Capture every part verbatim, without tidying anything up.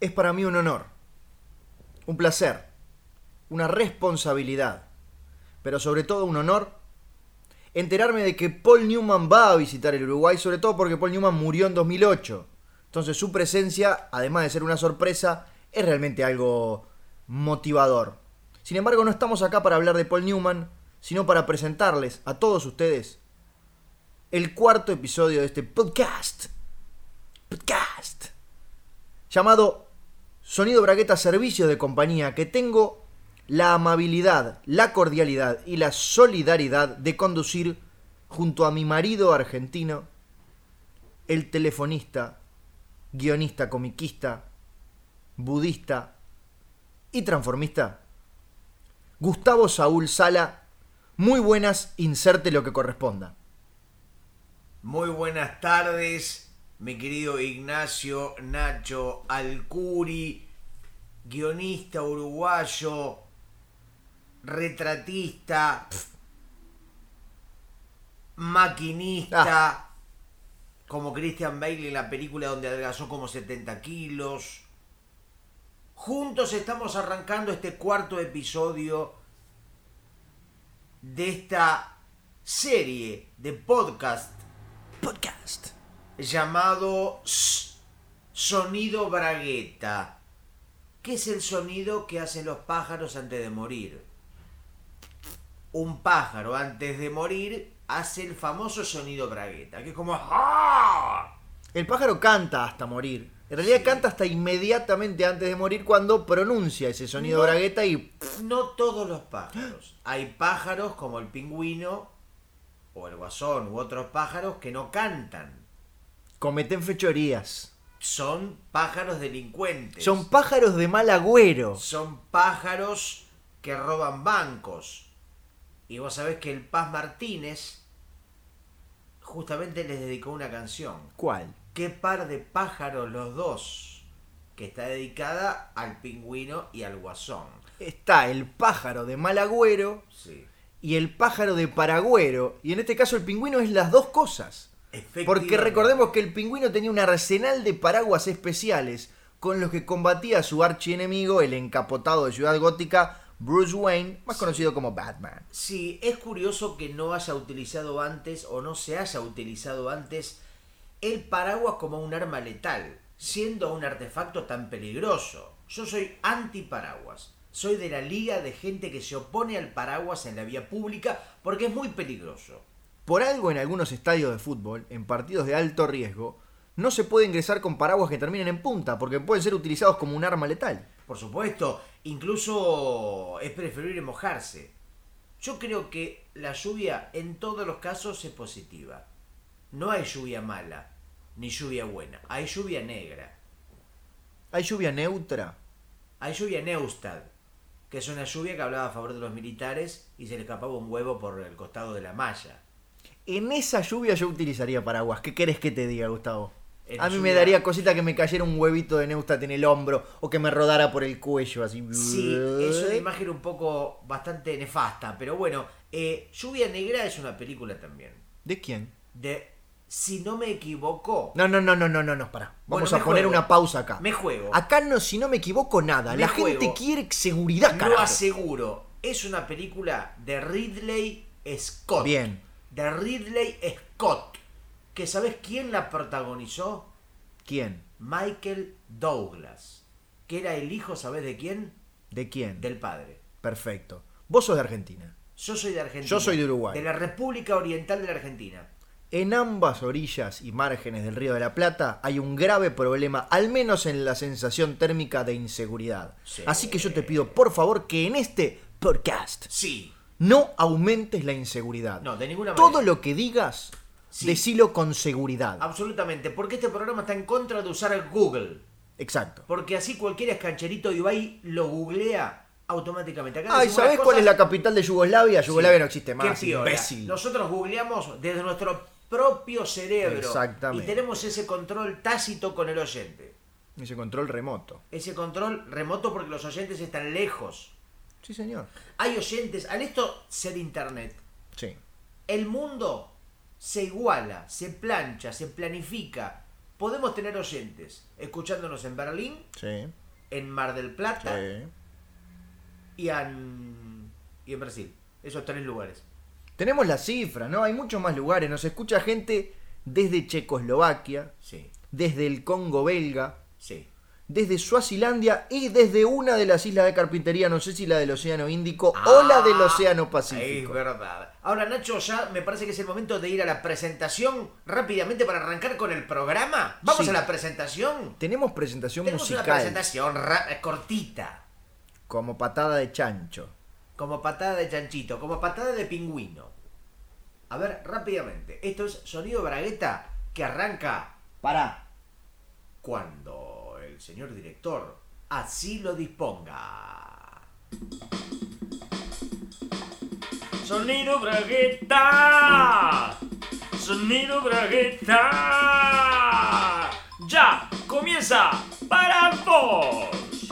Es para mí un honor, un placer, una responsabilidad, pero sobre todo un honor, enterarme de que Paul Newman va a visitar el Uruguay, sobre todo porque Paul Newman murió en dos mil ocho. Entonces su presencia, además de ser una sorpresa, es realmente algo motivador. Sin embargo, no estamos acá para hablar de Paul Newman, sino para presentarles a todos ustedes el cuarto episodio de este podcast. Podcast. Llamado Sonido Bragueta Servicios de Compañía, que tengo la amabilidad, la cordialidad y la solidaridad de conducir junto a mi marido argentino, el telefonista, guionista, comiquista, budista y transformista, Gustavo Saúl Sala. Muy buenas, inserte lo que corresponda. Muy buenas tardes, mi querido Ignacio Nacho Alcuri, guionista uruguayo, retratista, pf, maquinista, ah. como Christian Bale en la película donde adelgazó como setenta kilos. Juntos estamos arrancando este cuarto episodio de esta serie de podcast, podcast. llamado Sonido Bragueta. ¿Qué es el sonido que hacen los pájaros antes de morir? Un pájaro antes de morir hace el famoso sonido Bragueta, que es como ¡ah! El pájaro canta hasta morir. En realidad sí. Canta hasta inmediatamente antes de morir cuando pronuncia ese sonido no, Bragueta y... No todos los pájaros. Hay pájaros como el pingüino o el guasón u otros pájaros que no cantan. Cometen fechorías. Son pájaros delincuentes. Son pájaros de mal agüero. Son pájaros que roban bancos. Y vos sabés que el Paz Martínez justamente les dedicó una canción. ¿Cuál? ¿Qué par de pájaros los dos? Que está dedicada al pingüino y al guasón. Está el pájaro de mal agüero sí. y el pájaro de paragüero. Y en este caso el pingüino es las dos cosas. Porque recordemos que el pingüino tenía un arsenal de paraguas especiales con los que combatía a su archienemigo, el encapotado de Ciudad Gótica, Bruce Wayne, más sí. conocido como Batman. Sí, es curioso que no haya utilizado antes o no se haya utilizado antes el paraguas como un arma letal, siendo un artefacto tan peligroso. Yo soy anti-paraguas. Soy de la liga de gente que se opone al paraguas en la vía pública porque es muy peligroso. Por algo en algunos estadios de fútbol, en partidos de alto riesgo, no se puede ingresar con paraguas que terminen en punta porque pueden ser utilizados como un arma letal. Por supuesto, incluso es preferible mojarse. Yo creo que la lluvia en todos los casos es positiva. No hay lluvia mala, ni lluvia buena. Hay lluvia negra. ¿Hay lluvia neutra? Hay lluvia Neustad, que es una lluvia que hablaba a favor de los militares y se le escapaba un huevo por el costado de la malla. En esa lluvia yo utilizaría paraguas. ¿Qué querés que te diga, Gustavo? A mí lluvia... me daría cosita que me cayera un huevito de Neustadt en el hombro o que me rodara por el cuello, así. Sí, es una imagen un poco bastante nefasta, pero bueno, eh, Lluvia Negra es una película también. ¿De quién? De, si no me equivoco... No, no, no, no, no, no, no, pará. Vamos bueno, a poner juego. una pausa acá. Me juego. Acá no, si no me equivoco, nada. Me La juego. gente quiere seguridad, carajo. Lo aseguro. Es una película de Ridley Scott. Bien. De Ridley Scott. ¿Que sabés quién la protagonizó? ¿Quién? Michael Douglas. Que era el hijo, ¿sabés de quién? ¿De quién? Del padre. Perfecto. Vos sos de Argentina. Yo soy de Argentina. Yo soy de Uruguay. De la República Oriental de la Argentina. En ambas orillas y márgenes del Río de la Plata hay un grave problema, al menos en la sensación térmica de inseguridad. Sí. Así que yo te pido, por favor, que en este podcast sí. no aumentes la inseguridad. No, de ninguna manera. Todo lo que digas, sí. decilo con seguridad. Absolutamente, porque este programa está en contra de usar Google. Exacto. Porque así cualquier escancherito y va y lo googlea automáticamente. Acá Ay, ¿sabés cuál es la capital de Yugoslavia? Yugoslavia sí. no existe más, Qué imbécil. Nosotros googleamos desde nuestro propio cerebro. Exactamente. Y tenemos ese control tácito con el oyente. Ese control remoto. Ese control remoto porque los oyentes están lejos. Sí, señor. Hay oyentes, al esto ser internet, sí. el mundo se iguala, se plancha, se planifica podemos tener oyentes escuchándonos en Berlín, Sí. en Mar del Plata Sí. y, en, y en Brasil. Esos tres lugares. Tenemos las cifras, ¿no? Hay muchos más lugares. Nos escucha gente desde Checoslovaquia, Sí, desde el Congo belga, sí. desde Suazilandia y desde una de las islas de carpintería, no sé si la del Océano Índico o la del Océano Es Pacífico. verdad. Ahora, Nacho, ya me parece que es el momento de ir a la presentación rápidamente para arrancar con el programa. Vamos Sí. a la presentación. Tenemos presentación Tenemos una musical presentación ra- cortita, como patada de chancho. como patada de chanchito, como patada de pingüino. A ver, rápidamente. Esto es Sonido Bragueta que arranca Pará. cuando el señor director así lo disponga. Sonido Bragueta. Sonido Bragueta. Ya comienza para vos.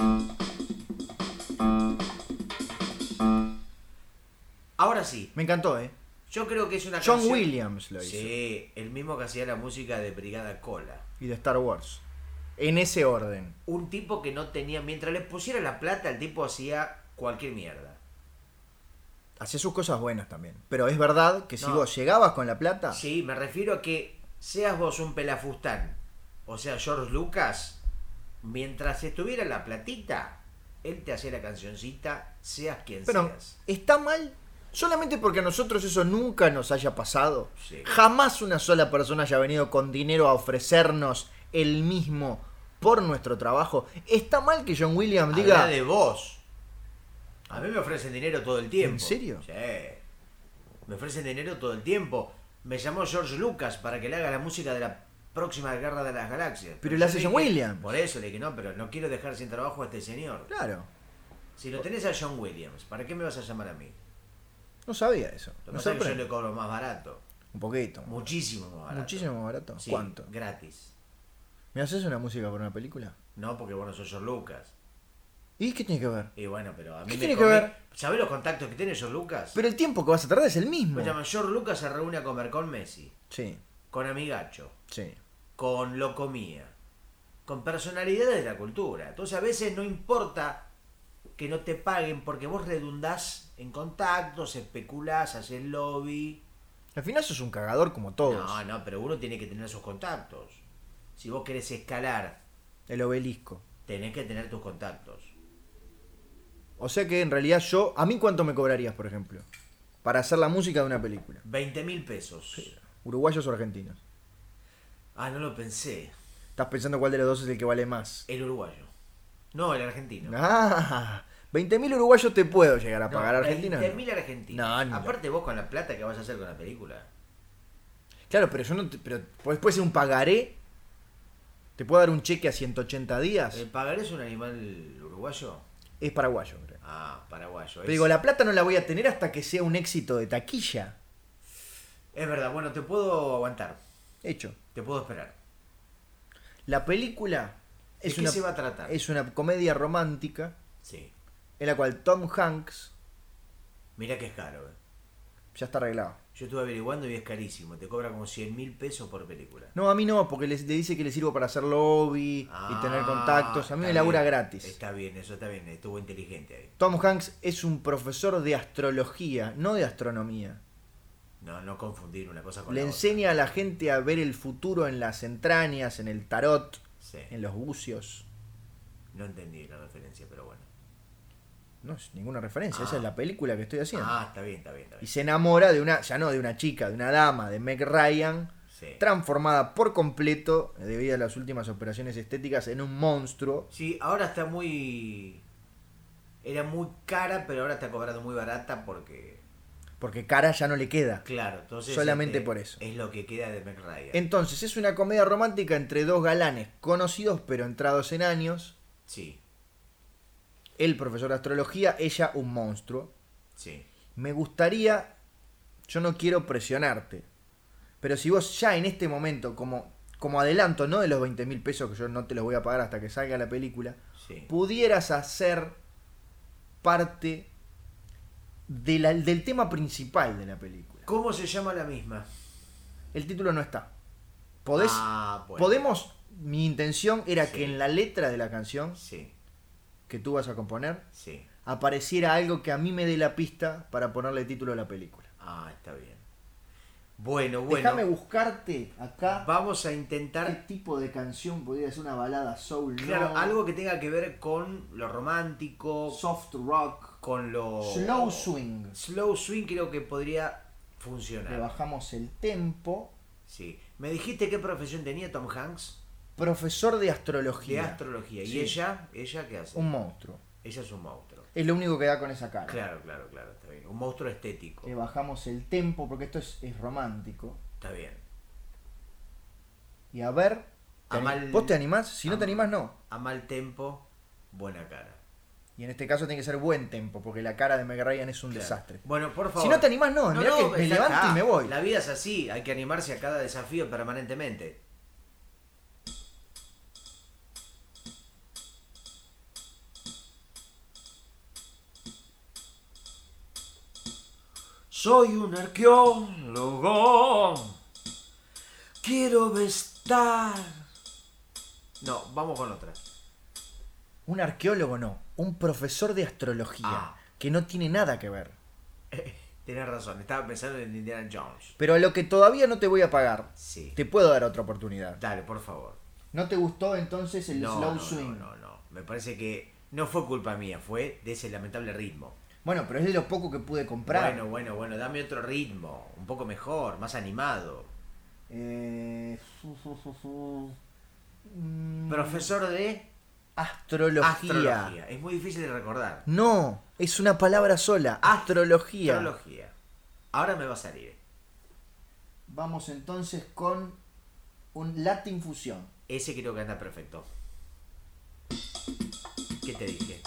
Ahora sí, Me encantó, ¿eh? yo creo que es una John canción... Williams lo hizo. Sí, el mismo que hacía la música de Brigada Cola. Y de Star Wars. En ese orden. Un tipo que no tenía... Mientras le pusiera la plata, el tipo hacía cualquier mierda. Hacía sus cosas buenas también. Pero es verdad que si No. vos llegabas con la plata... Sí, me refiero a que seas vos un pelafustán, o sea, George Lucas, mientras estuviera la platita, él te hacía la cancioncita, seas quien Pero, seas. ¿está mal? Solamente porque a nosotros eso nunca nos haya pasado. Sí. Jamás una sola persona haya venido con dinero a ofrecernos el mismo por nuestro trabajo. ¿Está mal que John Williams Habla diga... de vos. A mí me ofrecen dinero todo el tiempo. ¿En serio? Sí. Me ofrecen dinero todo el tiempo. Me llamó George Lucas para que le haga la música de la próxima Guerra de las Galaxias. Pero yo la hace le John dije- Williams. Por eso le dije, no, pero no quiero dejar sin trabajo a este señor. Claro, Si lo tenés a John Williams, ¿para qué me vas a llamar a mí? no sabía eso. Lo que Me pasa es que yo sorprende. le cobro más barato. Un poquito. Muchísimo más barato. Muchísimo más barato. Sí, ¿Cuánto? gratis. ¿Me haces una música para una película? No, porque vos no sos George Lucas. ¿Y qué tiene que ver? Y bueno, pero a mí ¿Qué me tiene que conviene- ver? ¿Sabés los contactos que tiene George Lucas? Pero el tiempo que vas a tardar es el mismo. Pues llama George Lucas se reúne a comer con Messi, Sí, con Amigacho, sí. con Locomía, con personalidades de la cultura. Entonces a veces no importa que no te paguen porque vos redundás en contactos, especulás, haces lobby. Al final sos un cagador como todos. No, no, pero uno tiene que tener sus contactos. Si vos querés escalar, El obelisco. tenés que tener tus contactos. O sea que en realidad yo... ¿A mí cuánto me cobrarías, por ejemplo? Para hacer la música de una película. veinte mil pesos. ¿Uruguayos o argentinos? Ah, no lo pensé. Estás pensando cuál de los dos es el que vale más. El uruguayo. No, el argentino. Ah, veinte mil uruguayos te puedo llegar a pagar. Argentina. veinte mil argentinos. No, no. Aparte vos con la plata que vas a hacer con la película. Claro, pero yo no... te- pero puede ser un pagaré. ¿Te puedo dar un cheque a ciento ochenta días? ¿El pagaré es un animal uruguayo? Es paraguayo, creo. Ah, paraguayo. Te Es, digo, la plata no la voy a tener hasta que sea un éxito de taquilla. es verdad, bueno, te puedo aguantar. Hecho. Te puedo esperar. La película ¿De es qué una, se va a tratar? es una comedia romántica Sí. en la cual Tom Hanks Mirá que es caro, eh. ya está arreglado. Yo estuve averiguando y es carísimo. Te cobra como cien mil pesos por película. No, a mí no, porque le, le dice que le sirvo para hacer lobby y tener Ah, contactos. A mí está me labura bien. gratis. Está bien, eso está bien. Estuvo inteligente ahí. Tom Hanks es un profesor de astrología, no de astronomía. No, no confundir una cosa con Le la enseña a la gente a ver el futuro en las entrañas, en el tarot, otra. Sí. en los bucios. No entendí la referencia, pero bueno. No es ninguna referencia, Ah. esa es la película que estoy haciendo. Ah, está bien, está bien, está Y bien. se enamora de una, ya no de una chica, de una dama, de Meg Ryan, Sí. transformada por completo, debido a las últimas operaciones estéticas, en un monstruo. Sí, ahora está muy... Era muy cara, pero ahora está cobrando muy barata porque... Porque cara ya no le queda. Claro, entonces... Solamente este, por eso. Es lo que queda de Meg Ryan. Entonces es una comedia romántica entre dos galanes conocidos pero entrados en años. Sí, Él profesor de astrología, ella un monstruo. sí. Me gustaría, yo no quiero presionarte, pero si vos ya en este momento, como, como adelanto, no de los veinte mil pesos que yo no te los voy a pagar hasta que salga la película, Sí. pudieras hacer parte de la- del tema principal de la película. ¿Cómo se llama la misma? El título no está. ¿Podés, Ah, bueno. Podemos mi intención era Sí. que en la letra de la canción Sí, que tú vas a componer sí. apareciera algo que a mí me dé la pista para ponerle título a la película. Ah, está bien. Bueno, bueno. Déjame buscarte acá Vamos a qué intentar, tipo de canción podría ser una balada soul, claro, no, algo que tenga que ver con lo romántico, soft rock, con lo... slow swing. Slow swing creo que podría Le funcionar. bajamos el tempo. Sí. ¿Me dijiste qué profesión tenía Tom Hanks? Profesor de De astrología. astrología. ¿Y Sí. ella? ¿Ella qué hace? Un monstruo. Ella es un monstruo. Es lo único que da con esa cara. Claro, claro, claro, está bien. Un monstruo estético. Le bajamos el tempo porque esto es, es romántico. Está bien. Y a ver. ¿te A ani- mal- ¿Vos te animás? Si no a- te animás, no. A mal tempo, buena cara. Y en este caso tiene que ser buen tempo, porque la cara de Meg Ryan es un Claro. desastre. Bueno, por favor. Si no te animás, no. Mirá que me ya levanto está. y me voy. La vida es así, hay que animarse a cada desafío permanentemente. Soy un arqueólogo. Quiero estar. No, vamos con otra. Un arqueólogo no. Un profesor de astrología. Ah. Que no tiene nada que ver. Tienes razón, estaba pensando en Indiana Jones. Pero a lo que todavía no te voy a pagar, Sí. te puedo dar otra oportunidad. Dale, por favor. ¿No te gustó entonces el No, slow no, swing? no, no, no. Me parece que no fue culpa mía, fue de ese lamentable ritmo. Bueno, pero es de lo poco que pude comprar. Bueno, bueno, bueno, dame otro ritmo, un poco mejor, más animado. Eh, fu, fu, fu, fu. Mm, Profesor de astrología. astrología. Es muy difícil de recordar. No, es una palabra sola. Astrología. Astrología. Ahora me va a salir. Vamos entonces con un Latin fusión. Ese creo que anda perfecto. ¿Qué te dije?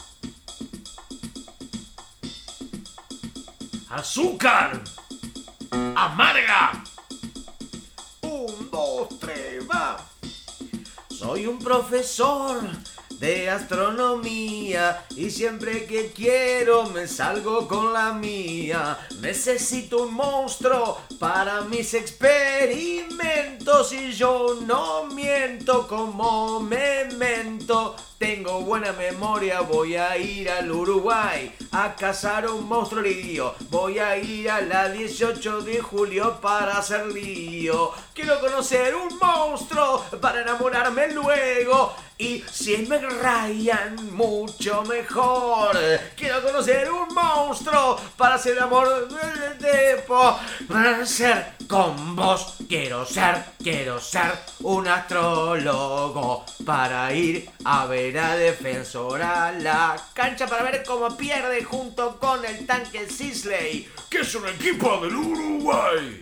¡Azúcar! ¡Amarga! Un, dos, tres, va. Soy un profesor de astronomía y siempre que quiero me salgo con la mía. Necesito un monstruo para mis experimentos y yo no miento como memento. Tengo buena memoria, voy a ir al Uruguay a cazar un monstruo lidio. Voy a ir a la dieciocho de julio para hacer lío. Quiero conocer un monstruo para enamorarme luego. Y si es Meg Ryan, mucho mejor. Quiero conocer un monstruo para hacer amor de po- para ser con vos. Quiero ser, quiero ser un astrólogo para ir a ver a Defensor a la cancha para ver cómo pierde junto con el tanque Sisley, ¡Que es un equipo del Uruguay!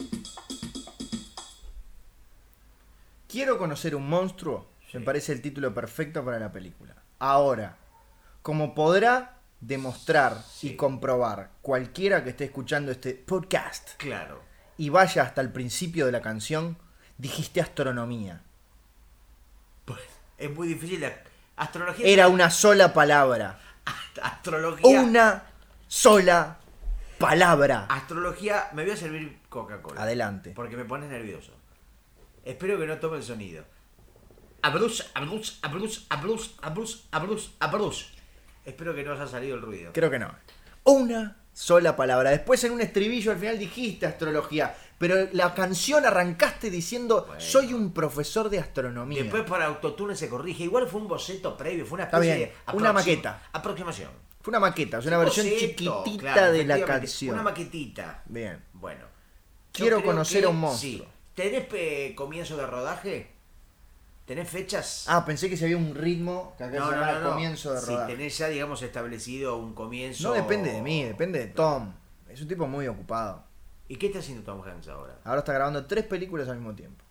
Quiero conocer un monstruo. Sí. Me parece el título perfecto para la película. Ahora, como podrá demostrar Sí. y comprobar cualquiera que esté escuchando este podcast Claro. y vaya hasta el principio de la canción, dijiste astronomía. Pues, es muy difícil. La astrología. Era una sola palabra. Astrología. Una sola palabra. Astrología. Me voy a servir Coca-Cola. Adelante. Porque me pones nervioso. Espero que no tome el sonido. Abrus, abrus, abrus, abrus, abrus, abrus, abrus. Espero que no haya salido el ruido. Creo que no. Una sola palabra. Después en un estribillo al final dijiste astrología. Pero la canción arrancaste diciendo Bueno. soy un profesor de astronomía. Después por autotune se corrige. Igual fue un boceto previo, fue una Está especie bien, de una aproxim- maqueta. Aproximación. Fue una maqueta, es una Un versión boceto, chiquitita claro, de la efectivamente, canción. Una maquetita. Bien. Bueno. Yo Quiero creo conocer que a un monstruo. Sí. ¿Tenés eh, comienzo de rodaje? ¿Tenés fechas? Ah, pensé que si había un ritmo que acá no, se no, llamaba no, no. comienzo de Si rodaje. tenés ya, digamos, establecido un comienzo. No depende de mí, depende de Tom. Es un tipo muy ocupado. ¿Y qué está haciendo Tom Hanks ahora? Ahora está grabando tres películas al mismo tiempo.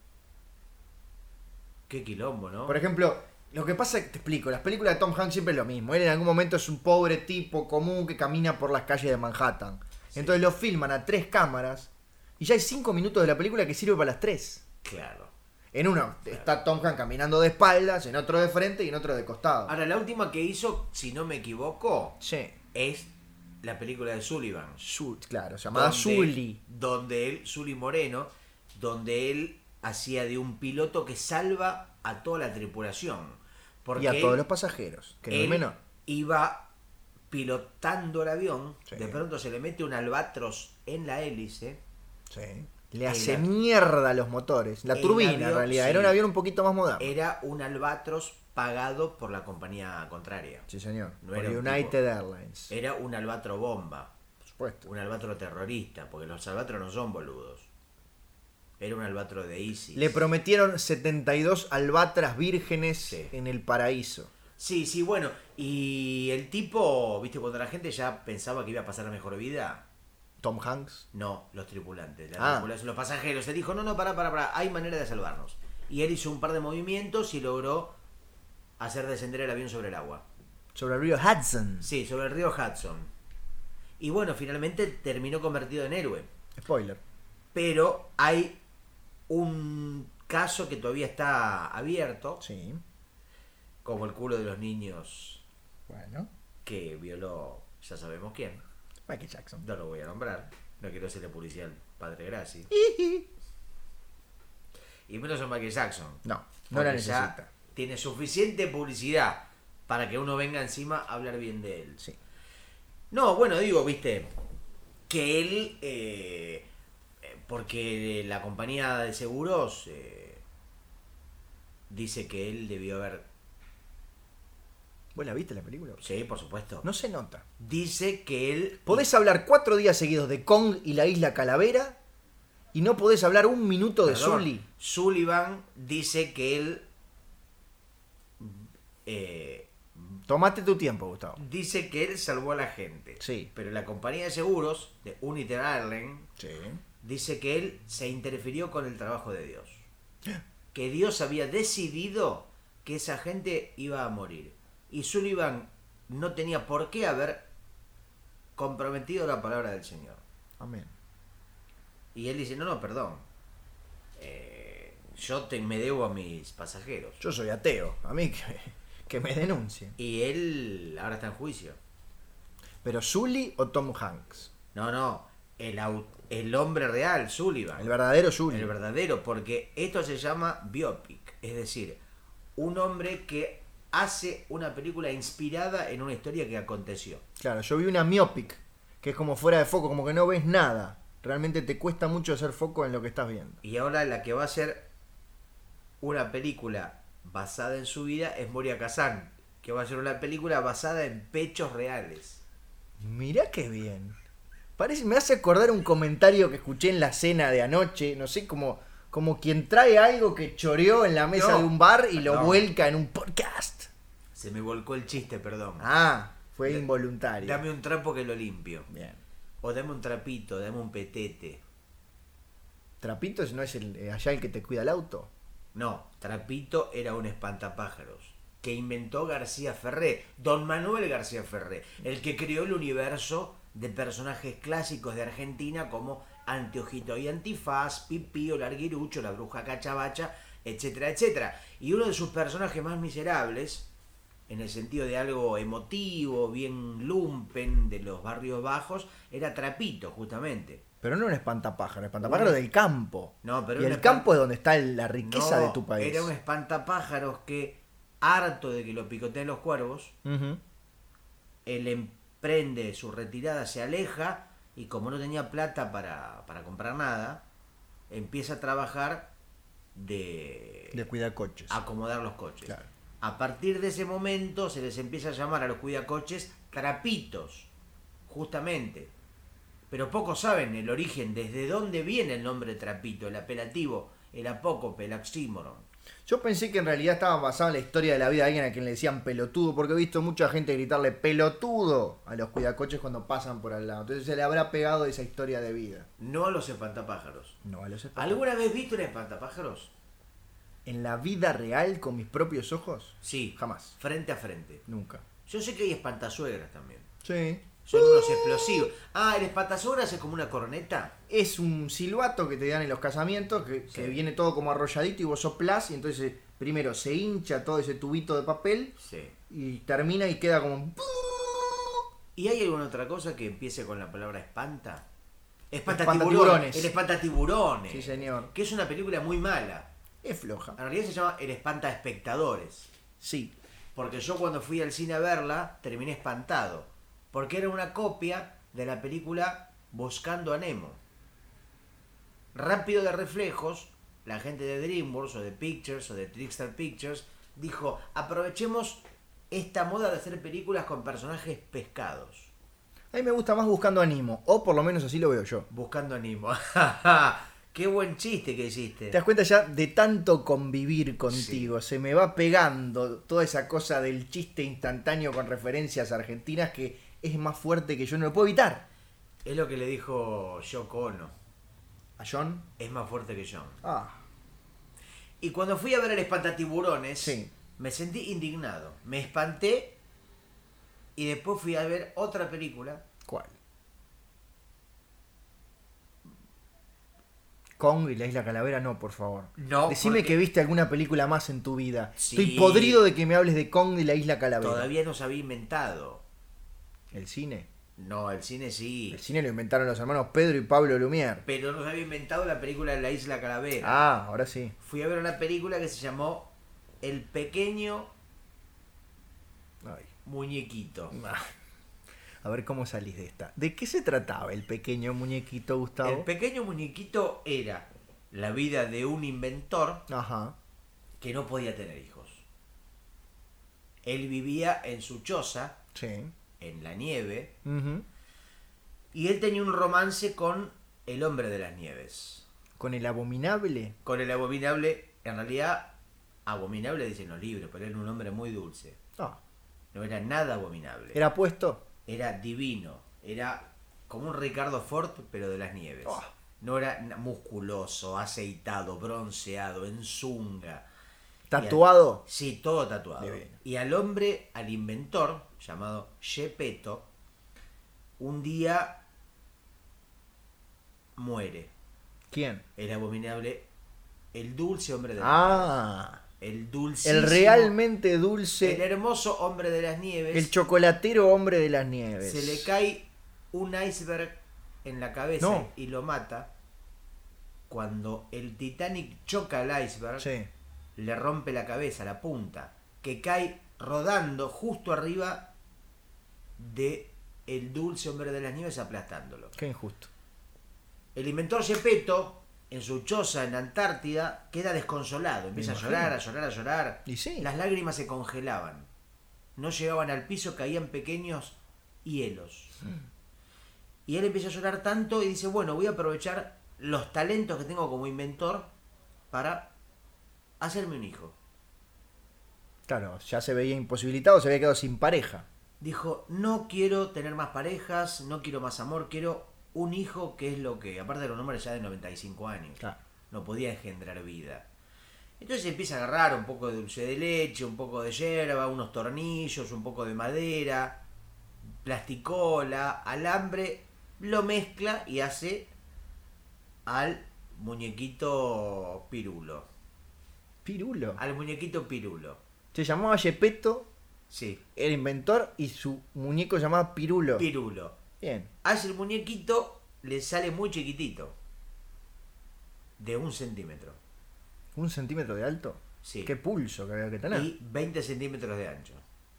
Qué quilombo, ¿no? Por ejemplo, lo que pasa es que te explico, las películas de Tom Hanks siempre es lo mismo. Él en algún momento es un pobre tipo común que camina por las calles de Manhattan. Entonces lo filman a tres cámaras y ya hay cinco minutos de la película que sirve para las tres. Claro. En uno está Tom Hanks caminando de espaldas, en otro de frente y en otro de costado. Ahora, la última que hizo, si no me equivoco, Sí. es la película de Sullivan. Shoot, claro, llamada donde- Sully. Donde él, Sully Moreno, donde él hacía de un piloto que salva a toda la tripulación. Porque Y a todos los pasajeros, que no es él menor. iba pilotando el avión, Sí. de pronto se le mete un albatros en la hélice. Sí. Le El hace a- mierda los motores. La el turbina, en avión, realidad. sí. Era un avión un poquito más moderno. Era un albatros pagado por la compañía contraria. Sí, señor. No Por era un United tipo- Airlines. Era un albatro bomba, Por supuesto. un albatro terrorista, porque los albatros no son boludos. Era un albatro de ISIS. Le prometieron setenta y dos albatras vírgenes Sí. en el paraíso. Sí, sí, bueno. Y el tipo, viste, cuando la gente ya pensaba que iba a pasar la mejor vida, Tom Hanks. no, los tripulantes, la Ah. tripulación, los pasajeros. Él dijo, no, no, pará, pará, pará, hay manera de salvarnos. Y él hizo un par de movimientos y logró hacer descender el avión sobre el agua. Sobre el río Hudson. Sí, sobre el río Hudson. Y bueno, finalmente terminó convertido en héroe. Spoiler. Pero hay un caso que todavía está abierto, Sí. como el culo de los niños Bueno. que violó, ya sabemos quién. Michael Jackson. No lo voy a nombrar. No quiero hacerle publicidad al padre Graci. Y menos a Michael Jackson. No, no la Porque ya necesita. tiene suficiente publicidad para que uno venga encima a hablar bien de él. Sí. No, bueno, digo, viste, que él, eh, eh, porque la compañía de seguros eh, dice que él debió haber... ¿Vos la viste la película? Sí, por supuesto. No se nota. Dice que él... Podés hablar cuatro días seguidos de Kong y la isla Calavera y no podés hablar un minuto de Perdón, Sully. Sullivan dice que él... eh, Tomate tu tiempo, Gustavo. dice que él salvó a la gente. Sí. Pero la compañía de seguros, de United Airlines, Sí. dice que él se interfirió con el trabajo de Dios. Que Dios había decidido que esa gente iba a morir. Y Sullivan no tenía por qué haber comprometido la palabra del Señor. Amén. Y él dice, no, no, perdón. Eh, yo te, me debo a mis pasajeros. Yo soy ateo. A mí que, que me denuncien. Y él ahora está en juicio. ¿Pero Sully o Tom Hanks? No, no, el, au- el hombre real, Sullivan. El verdadero Sully. El verdadero, porque esto se llama biopic, es decir, un hombre que hace una película inspirada en una historia que aconteció. Claro, yo vi una miopic, que es como fuera de foco, como que no ves nada. Realmente te cuesta mucho hacer foco en lo que estás viendo. Y ahora la que va a ser una película basada en su vida es Moria Kazan, que va a ser una película basada en pechos reales. Mirá qué bien. Parece, me hace acordar un comentario que escuché en la cena de anoche, no sé, como, como quien trae algo que choreó en la mesa No. de un bar y lo No. vuelca en un podcast. Se me volcó el chiste, perdón. Ah, fue Da- involuntario. Dame un trapo que lo limpio. Bien. O dame un trapito, dame un petete. ¿Trapitos no es el, eh, allá el que te cuida el auto? No, Trapito era un espantapájaros que inventó García Ferré, don Manuel García Ferré, el que creó el universo de personajes clásicos de Argentina como Anteojito y Antifaz, Pipío, Larguirucho, la Bruja Cachabacha, etcétera, etcétera. Y uno de sus personajes más miserables, en el sentido de algo emotivo, bien lumpen, de los barrios bajos, era Trapito, justamente. Pero no un espantapájaro, espantapájaro Un- del campo. No, pero y un el espant- campo es donde está el- la riqueza No, de tu país. Era un espantapájaros que, harto de que lo picoteen los cuervos, Ujú. él emprende su retirada, se aleja y como no tenía plata para, para comprar nada, empieza a trabajar de, De cuidar coches. acomodar los coches. Claro. A partir de ese momento se les empieza a llamar a los cuidacoches trapitos, justamente. Pero pocos saben el origen, desde dónde viene el nombre Trapito, el apelativo, el apócope, el oxímoron. Yo pensé que en realidad estaba basado en la historia de la vida de alguien a quien le decían pelotudo, porque he visto mucha gente gritarle pelotudo a los cuidacoches cuando pasan por al lado. Entonces se le habrá pegado esa historia de vida. No a los espantapájaros. No a los espantapájaros. ¿Alguna vez viste un espantapájaros? ¿En la vida real con mis propios ojos? Sí. Jamás. Frente a frente. Nunca. Yo sé que hay espantasuegras también. Sí. Son unos explosivos. Ah, el espantasuegras es como una corneta. Es un silbato que te dan en los casamientos, que, Sí. que viene todo como arrolladito y vos soplás, y entonces primero se hincha todo ese tubito de papel Sí. y termina y queda como un... ¿Y hay alguna otra cosa que empiece con la palabra espanta? Espantatiburones. El espantatiburones. Sí, señor. Que es una película muy mala. Es floja. En realidad se llama El espanta espectadores. Sí. Porque yo cuando fui al cine a verla, terminé espantado. Porque era una copia de la película Buscando a Nemo. Rápido de reflejos, la gente de DreamWorks o de Pictures o de Trickstar Pictures dijo, aprovechemos esta moda de hacer películas con personajes pescados. A mí me gusta más Buscando a Nemo, o por lo menos así lo veo yo. Buscando a Nemo. Qué buen chiste que hiciste. Te das cuenta ya de tanto convivir contigo, sí. Se me va pegando toda esa cosa del chiste instantáneo con referencias argentinas que es más fuerte que yo, no lo puedo evitar. Es lo que le dijo Yoko Ono. ¿A John? Es más fuerte que John. Ah. Y cuando fui a ver el Espantatiburones, sí. Me sentí indignado. Me espanté y después fui a ver otra película. ¿Cuál? Kong y la Isla Calavera, no, por favor. No. Decime porque... que viste alguna película más en tu vida. Sí. Estoy podrido de que me hables de Kong y la Isla Calavera. Todavía no se había inventado. ¿El cine? No, el cine sí. El cine lo inventaron los hermanos Pedro y Pablo Lumière. Pero no se había inventado la película de la Isla Calavera. Ah, ahora sí. Fui a ver una película que se llamó El Pequeño Ay. Muñequito. A ver cómo salís de esta. ¿De qué se trataba el pequeño muñequito, Gustavo? El Pequeño Muñequito era la vida de un inventor Ajá. que no podía tener hijos. Él vivía en su choza, Sí. en la nieve, Uh-huh. y él tenía un romance con el hombre de las nieves. ¿Con el abominable? Con el abominable, en realidad, abominable dicen los libros, pero era un hombre muy dulce. Ah. No era nada abominable. ¿Era puesto? Era divino. Era como un Ricardo Ford, pero de las nieves. Oh. No era musculoso, aceitado, bronceado, en zunga. ¿Tatuado? Al... Sí, todo tatuado. Divino. Y al hombre, al inventor, llamado Gepetto, un día muere. ¿Quién? El abominable, el dulce hombre de las Ah. nieves. El dulce. El realmente dulce. El hermoso hombre de las nieves. El chocolatero hombre de las nieves. Se le cae un iceberg en la cabeza No. y lo mata. Cuando el Titanic choca al iceberg, Sí. le rompe la cabeza, la punta, que cae rodando justo arriba de el dulce hombre de las nieves, aplastándolo. Qué injusto. El inventor Gepetto, en su choza en Antártida, queda desconsolado. Empieza a Me llorar, a imagino. llorar, a llorar. Y sí. Las lágrimas se congelaban. No llegaban al piso, caían pequeños hielos. Y él empieza a llorar tanto y dice, bueno, voy a aprovechar los talentos que tengo como inventor para hacerme un hijo. Claro, ya se veía imposibilitado, se había quedado sin pareja. Dijo, no quiero tener más parejas, no quiero más amor, quiero un hijo que es lo que, aparte era un hombre ya de noventa y cinco años, Claro. no podía engendrar vida. Entonces empieza a agarrar un poco de dulce de leche, un poco de yerba, unos tornillos, un poco de madera, plasticola, alambre, lo mezcla y hace al muñequito Pirulo. Pirulo. Al muñequito Pirulo. Se llamaba Gepetto, Sí, el inventor, y su muñeco se llamaba Pirulo. Pirulo. Bien. Hace el muñequito, le sale muy chiquitito. De un centímetro. ¿Un centímetro de alto? Sí. Qué pulso que había que tener. Y veinte centímetros de ancho.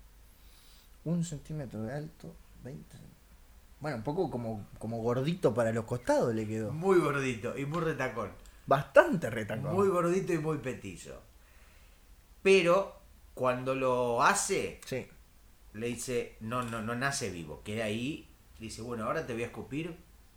Un centímetro de alto, veinte. Bueno, un poco como, como gordito para los costados le quedó. Muy gordito y muy retacón. Bastante retacón. Muy gordito y muy petizo. Pero cuando lo hace, Sí. le dice, no, no, no nace vivo. Queda ahí, dice, bueno, ahora te voy a escupir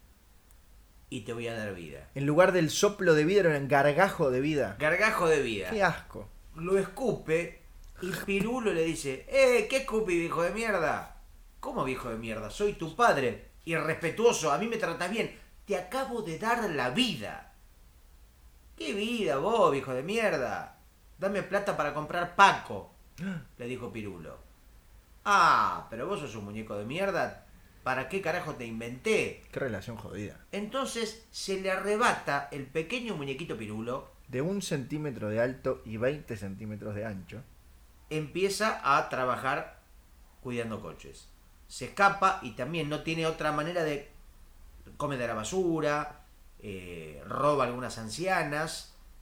y te voy a dar vida. En lugar del soplo de vida era un gargajo de vida. Gargajo de vida. Qué asco. Lo escupe y Pirulo le dice, ¡eh, qué escupi, viejo de mierda! ¿Cómo viejo de mierda? Soy tu padre. Irrespetuoso, a mí me tratas bien. Te acabo de dar la vida. ¿Qué vida vos, viejo de mierda? Dame plata para comprar Paco, le dijo Pirulo. Ah, pero vos sos un muñeco de mierda. ¿Para qué carajo te inventé? Qué relación jodida. Entonces se le arrebata el pequeño muñequito Pirulo. De un centímetro de alto y veinte centímetros de ancho. Empieza a trabajar cuidando coches. Se escapa y también no tiene otra manera de... Come de la basura, eh, roba algunas ancianas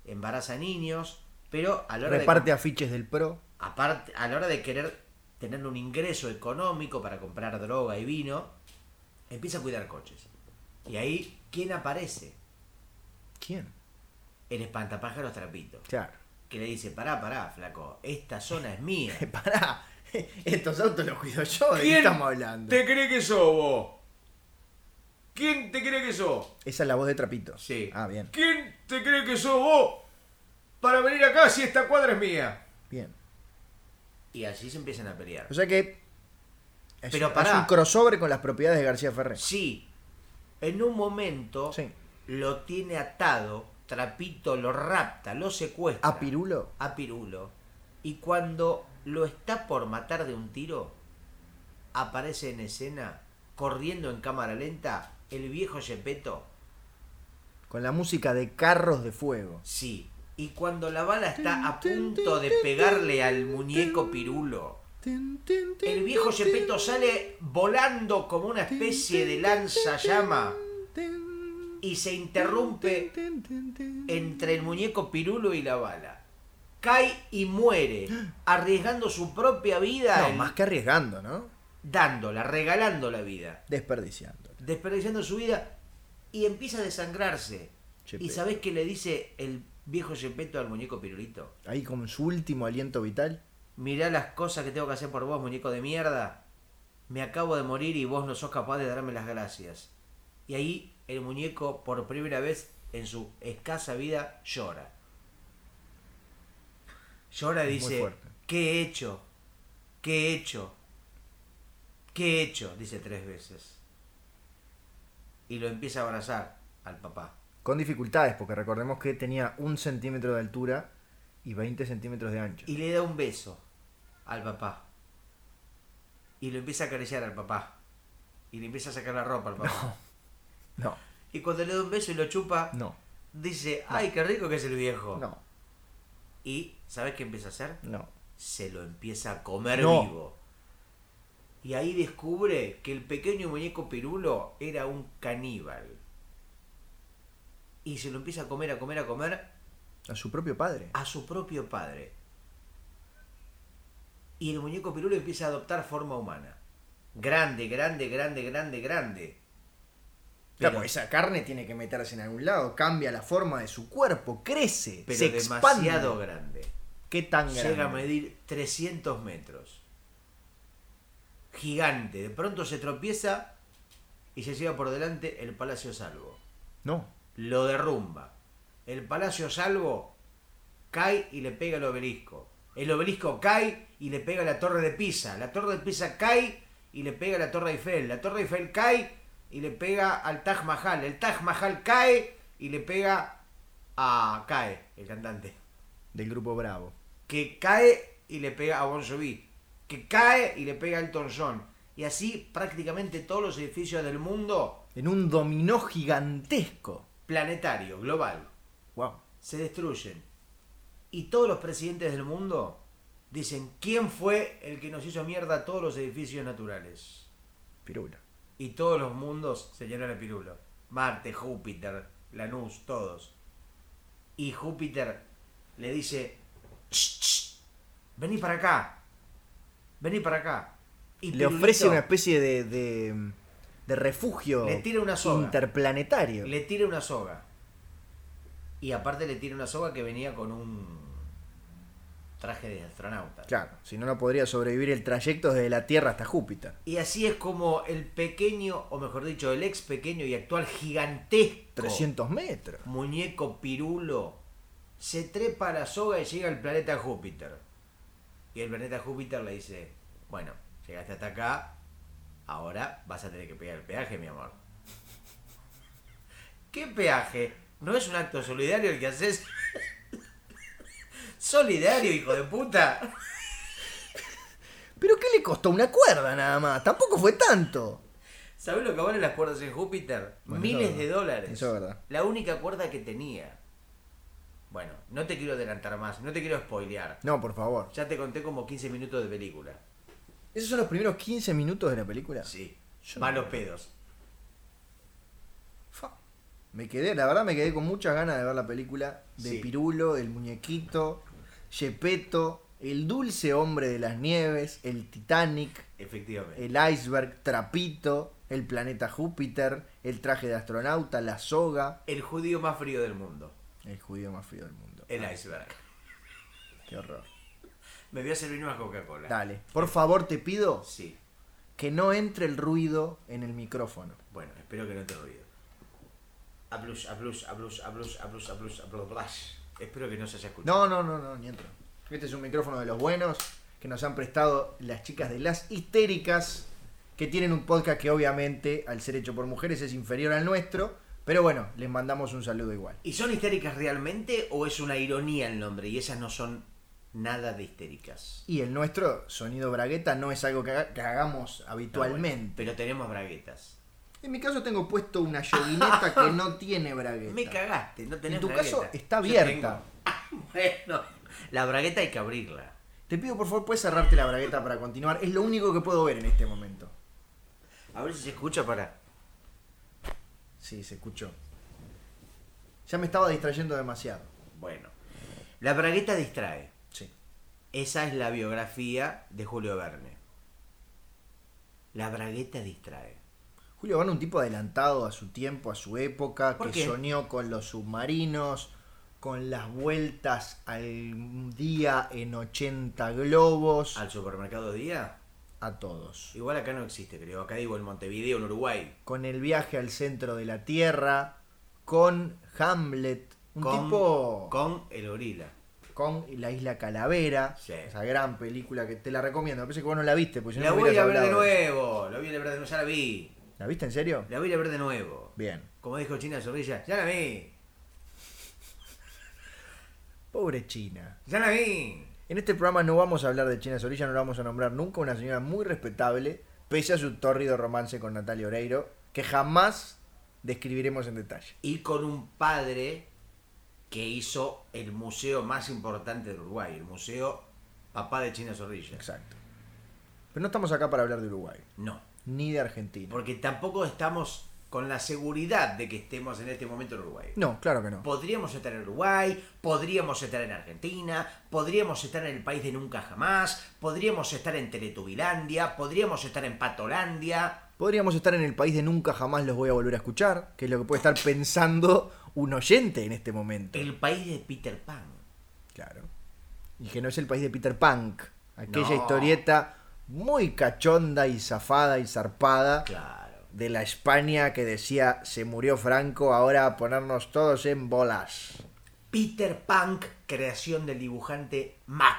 embaraza niños, pero a la hora Reparte de... afiches del pro. Aparte, a la hora de querer tener un ingreso económico para comprar droga y vino, empieza a cuidar coches. Y ahí, ¿quién aparece? ¿Quién? El espantapájaros Trapito. Claro. Que le dice, pará, pará, flaco, esta zona es mía. Pará, estos autos los cuido yo, ¿de qué estamos hablando? te cree que sos vos? ¿Quién te cree que sos? Esa es la voz de Trapito. Sí. Ah, bien. ¿Quién te cree que sos vos para venir acá si esta cuadra es mía? Bien. Y así se empiezan a pelear. O sea que es, Pero es pará. un crossover con las propiedades de García Ferré. Sí, en un momento Sí. lo tiene atado, Trapito lo rapta, lo secuestra. ¿A Pirulo? A Pirulo. Y cuando lo está por matar de un tiro, aparece en escena, corriendo en cámara lenta, el viejo Gepetto. Con la música de Carros de Fuego. Sí. Y cuando la bala está a punto de pegarle al muñeco Pirulo, el viejo Gepetto sale volando como una especie de lanzallama y se interrumpe entre el muñeco Pirulo y la bala. Cae y muere, arriesgando su propia vida, No, en- más que arriesgando, ¿no? dándola, regalando la vida, Desperdiciando. desperdiciando su vida, y empieza a desangrarse. Gepetto. ¿Y sabés qué le dice el viejo Gepetto al muñeco Pirulito? Ahí como su último aliento vital. Mirá las cosas que tengo que hacer por vos, muñeco de mierda. Me acabo de morir y vos no sos capaz de darme las gracias. Y ahí el muñeco, por primera vez en su escasa vida, llora. Llora y Es muy dice, fuerte. ¿qué he hecho? ¿Qué he hecho? ¿Qué he hecho? Dice tres veces. Y lo empieza a abrazar al papá. Con dificultades, porque recordemos que tenía un centímetro de altura y veinte centímetros de ancho. Y le da un beso al papá. Y lo empieza a acariciar al papá. Y le empieza a sacar la ropa al papá. No, Y cuando le da un beso y lo chupa, no, dice, ay, qué rico que es el viejo. no, Y, ¿sabes qué empieza a hacer? no. Se lo empieza a comer No. vivo. Y ahí descubre que el pequeño muñeco Pirulo era un caníbal. Y se lo empieza a comer, a comer, a comer A su propio padre. a su propio padre. Y el muñeco Pirulo empieza a adoptar forma humana. Grande, grande, grande, grande, grande. Claro, porque esa carne tiene que meterse en algún lado, cambia la forma de su cuerpo, crece, pero se expande. demasiado grande. ¿Qué tan grande? Llega a medir trescientos metros. Gigante. De pronto se tropieza y se lleva por delante el Palacio Salvo. No, Lo derrumba. El Palacio Salvo cae y le pega al obelisco. El obelisco cae y le pega a la Torre de Pisa. La Torre de Pisa cae y le pega a la Torre Eiffel. La Torre Eiffel cae y le pega al Taj Mahal. El Taj Mahal cae y le pega a Cae, el cantante. del grupo Bravo. Que cae y le pega a Bon Jovi. Que cae y le pega a Elton John. Y así prácticamente todos los edificios del mundo, En un dominó gigantesco. planetario, global, Wow. se destruyen. Y todos los presidentes del mundo dicen, ¿quién fue el que nos hizo mierda a todos los edificios naturales? Pirulo. Y todos los mundos señalan a Pirulo. Marte, Júpiter, Lanús, todos. Y Júpiter le dice, "Shh, shh, vení para acá, vení para acá". Y Le Pirulito ofrece una especie de, de, de refugio Le tira una soga. interplanetario. le tira una soga. Y aparte le tira una soga que venía con un traje de astronauta. Claro, si no, no podría sobrevivir el trayecto desde la Tierra hasta Júpiter. Y así es como el pequeño, o mejor dicho, el ex pequeño y actual gigantesco trescientos metros. muñeco Pirulo se trepa a la soga y llega al planeta Júpiter. Y el planeta Júpiter le dice, bueno, llegaste hasta acá, ahora vas a tener que pagar el peaje, mi amor. ¿Qué peaje? ¿No es un acto solidario el que haces? Solidario, hijo de puta. ¿Pero qué le costó? Una cuerda nada más. Tampoco fue tanto. ¿Sabés lo que valen las cuerdas en Júpiter? Bueno, Miles eso- de dólares. eso es verdad. La única cuerda que tenía. Bueno, no te quiero adelantar más, no te quiero spoilear. No, por favor. Ya te conté como quince minutos de película. ¿Esos son los primeros quince minutos de la película? Sí. Yo no Malos me pedos. Fa. Me quedé, la verdad me quedé con muchas ganas de ver la película de Sí. Pirulo, el muñequito, Gepetto, el dulce hombre de las nieves, el Titanic, Efectivamente. el iceberg, Trapito, el planeta Júpiter, el traje de astronauta, la soga, El judío más frío del mundo. el judío más frío del mundo. El Ay, iceberg. qué horror. Me voy a servir una Coca-Cola. Dale, por favor te pido Sí. que no entre el ruido en el micrófono. Bueno, espero que no te ruido. A plus, a plus, a plus, a plus, a plus, a plus, a plus, plus. Espero que no se haya escuchado. No, no, no, no, ni entro. Este es un micrófono de los buenos que nos han prestado las chicas de Las Histéricas, que tienen un podcast que obviamente, al ser hecho por mujeres, es inferior al nuestro. Pero bueno, les mandamos un saludo igual. ¿Y son histéricas realmente o es una ironía el nombre? Y esas no son nada de histéricas. Y el nuestro, sonido bragueta, no es algo que, haga- que hagamos habitualmente. No, bueno, pero tenemos braguetas. En mi caso tengo puesto una yoguineta que no tiene bragueta. Me cagaste, no tenés En tu bragueta. caso está Yo abierta. tengo. Bueno, la bragueta hay que abrirla. Te pido por favor, puedes cerrarte la bragueta para continuar. Es lo único que puedo ver en este momento. A ver si se escucha para... Sí, se escuchó. Ya me estaba distrayendo demasiado. Bueno, la bragueta distrae. Sí. Esa es la biografía de Julio Verne. La bragueta distrae. Julio Verne, un tipo adelantado a su tiempo, a su época, ¿Por que qué? soñó con los submarinos, con las vueltas al día en ochenta globos, ¿Al supermercado día? a todos. Igual acá no existe, creo. Acá digo en Montevideo, en Uruguay. Con el viaje al centro de la Tierra, con Hamlet, un con, tipo con el gorila. con la Isla Calavera, Sí. esa gran película que te la recomiendo. Me parece que vos no la viste, pues si no La me voy hubieras a ver de hablado eso. nuevo. La voy a ver de nuevo. Ya la vi. ¿La viste en serio? La voy a ver de nuevo. Bien. Como dijo China Zorrilla, ya la vi. Pobre China. Ya la vi. En este programa no vamos a hablar de China Zorrilla, no la vamos a nombrar nunca, una señora muy respetable, pese a su tórrido romance con Natalia Oreiro, que jamás describiremos en detalle. Y con un padre que hizo el museo más importante de Uruguay. El museo Papá de China Zorrilla. Exacto. Pero no estamos acá para hablar de Uruguay, No. ni de Argentina. Porque tampoco estamos con la seguridad de que estemos en este momento en Uruguay. No, claro que no. Podríamos estar en Uruguay, podríamos estar en Argentina, podríamos estar en el país de nunca jamás, podríamos estar en Teletubilandia, podríamos estar en Patolandia. Podríamos estar en el país de nunca jamás los voy a volver a escuchar, que es lo que puede estar pensando un oyente en este momento. El país de Peter Pan. Claro. Y que no es el país de Peter Punk, aquella No. historieta muy cachonda y zafada y zarpada. Claro. De la España que decía se murió Franco, ahora a ponernos todos en bolas. Peter Punk, creación del dibujante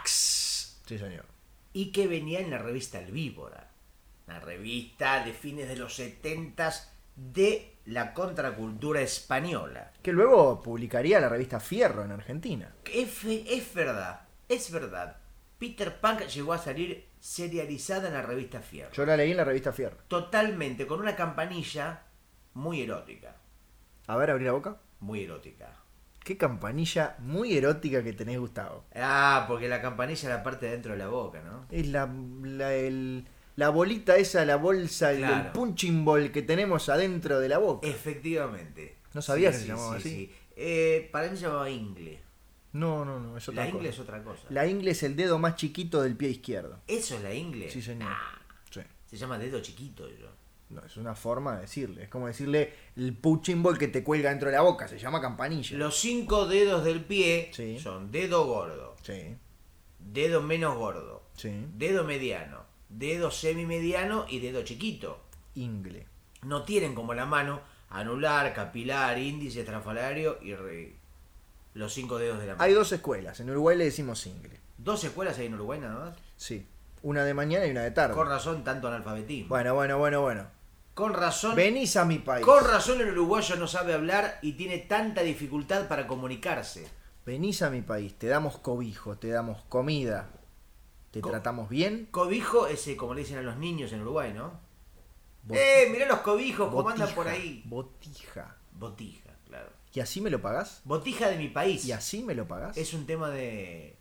Max. Sí, señor. Y que venía en la revista El Víbora. Una revista de fines de los setentas de la contracultura española. Que luego publicaría la revista Fierro en Argentina. Es, fe- es verdad, es verdad. Peter Punk llegó a salir serializada en la revista Fierro. Yo la leí en la revista Fierro. Totalmente, con una campanilla muy erótica. A ver, abrí la boca. Muy erótica. Qué campanilla muy erótica que tenés, Gustavo. Ah, porque la campanilla es la parte de dentro de la boca, ¿no? Es la, la, el- la bolita esa, la bolsa, el- el Claro. punching ball que tenemos adentro de la boca. Efectivamente. No sabía que se llamaba así. Eh, para mí se llamaba ingle. No, no, no, es otra La ingle cosa. es otra cosa. La ingle es el dedo más chiquito del pie izquierdo. ¿Eso es la ingle? Sí, señor. Ah, Sí. se llama dedo chiquito yo. No, es una forma de decirle. Es como decirle el punching ball que te cuelga dentro de la boca. Se llama campanilla. Los cinco dedos del pie Sí. son dedo gordo, Sí, dedo menos gordo, sí. dedo mediano, dedo semimediano y dedo chiquito. Ingle. No tienen como la mano anular, capilar, índice, estrafalario y re- los cinco dedos de la mano. Hay dos escuelas. En Uruguay le decimos ingle. ¿Dos escuelas hay en Uruguay nada más? Sí. Una de mañana y una de tarde. Con razón tanto analfabetismo. Bueno, bueno, bueno, bueno. Con razón. Venís a mi país. Con razón el uruguayo no sabe hablar y tiene tanta dificultad para comunicarse. Venís a mi país. Te damos cobijo, te damos comida. Te Co- tratamos bien. Cobijo ese, como le dicen a los niños en Uruguay, ¿no? Bot- ¡Eh! Mirá los cobijos, cómo botija, andan por ahí. Botija. Botija, claro. ¿Y así me lo pagás? Botija de mi país. ¿Y así me lo pagás? ¿Es un tema de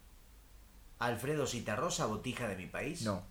Alfredo Citarrosa, Botija de mi país? No.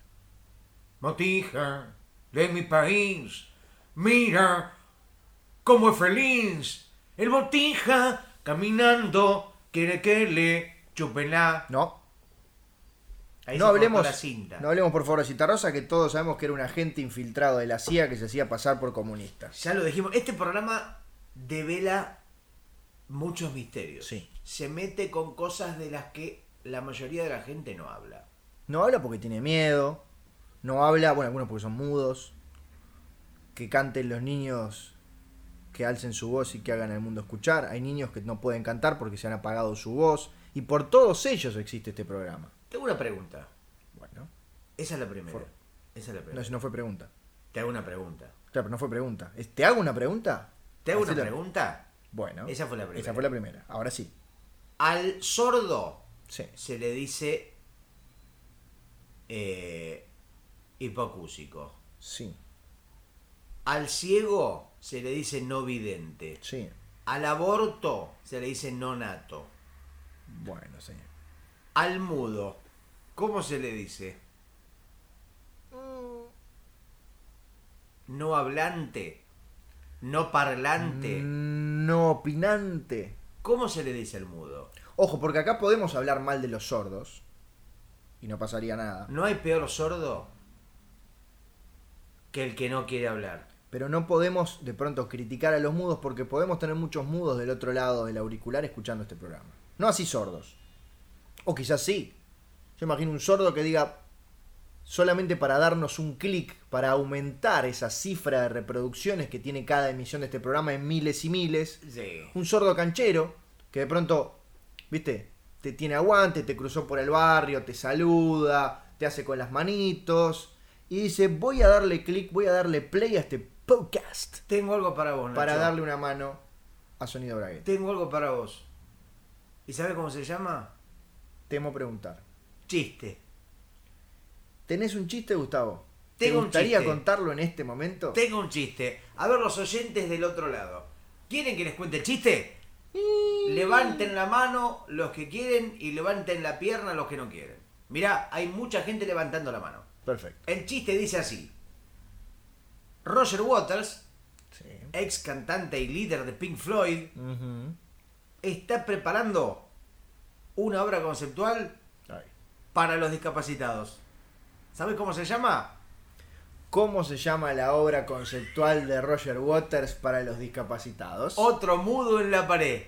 Botija de mi país, mira cómo es feliz El botija caminando quiere que le chupen la... No. Ahí No se hablemos, cortó la cinta. no hablemos por favor de Citarrosa, que todos sabemos que era un agente infiltrado de la C I A que se hacía pasar por comunista. Ya lo dijimos. Este programa devela muchos misterios. Sí. Se mete con cosas de las que la mayoría de la gente no habla. No habla porque tiene miedo. No habla, bueno, algunos porque son mudos. Que canten los niños, que alcen su voz y que hagan al mundo escuchar. Hay niños que no pueden cantar porque se han apagado su voz. Y por todos ellos existe este programa. Tengo una pregunta. Bueno, Esa es la primera. For- Esa es la no, primera. si no fue pregunta. Te hago una pregunta. Claro, pero no fue pregunta. Es, ¿te hago una pregunta? ¿Te hago una Hacela. pregunta? Bueno. Esa fue la primera. Esa fue la primera. Ahora sí. Al sordo Sí. se le dice eh, hipocúsico. Sí. Al ciego se le dice no vidente. Sí. Al aborto se le dice no nato. Bueno, sí. Al mudo, ¿cómo se le dice? No hablante. No parlante. No opinante. ¿Cómo se le dice al mudo? Ojo, porque acá podemos hablar mal de los sordos. Y no pasaría nada. ¿No hay peor sordo que el que no quiere hablar? Pero no podemos de pronto criticar a los mudos porque podemos tener muchos mudos del otro lado del auricular escuchando este programa. No así sordos. O quizás sí. Yo imagino un sordo que diga, solamente para darnos un clic, para aumentar esa cifra de reproducciones que tiene cada emisión de este programa en miles y miles. Sí. Un sordo canchero que de pronto, viste, te tiene aguante, te cruzó por el barrio, te saluda, te hace con las manitos y dice, voy a darle clic, voy a darle play a este podcast Tengo algo para vos, Nacho. para darle una mano a Sonido Braguet. Tengo algo para vos. ¿Y sabes cómo se llama? Temo preguntar. Chiste. ¿Tenés un chiste, Gustavo? ¿Te Tengo un gustaría chiste. contarlo en este momento? Tengo un chiste. A ver, los oyentes del otro lado. ¿Quieren que les cuente el chiste? Levanten la mano los que quieren y levanten la pierna los que no quieren. Mirá, hay mucha gente levantando la mano. Perfecto. El chiste dice así. Roger Waters, Sí. ex cantante y líder de Pink Floyd, Ujú. está preparando una obra conceptual Ay. para los discapacitados. ¿Sabes cómo se llama? ¿Cómo se llama la obra conceptual de Roger Waters para los discapacitados? Otro mudo en la pared.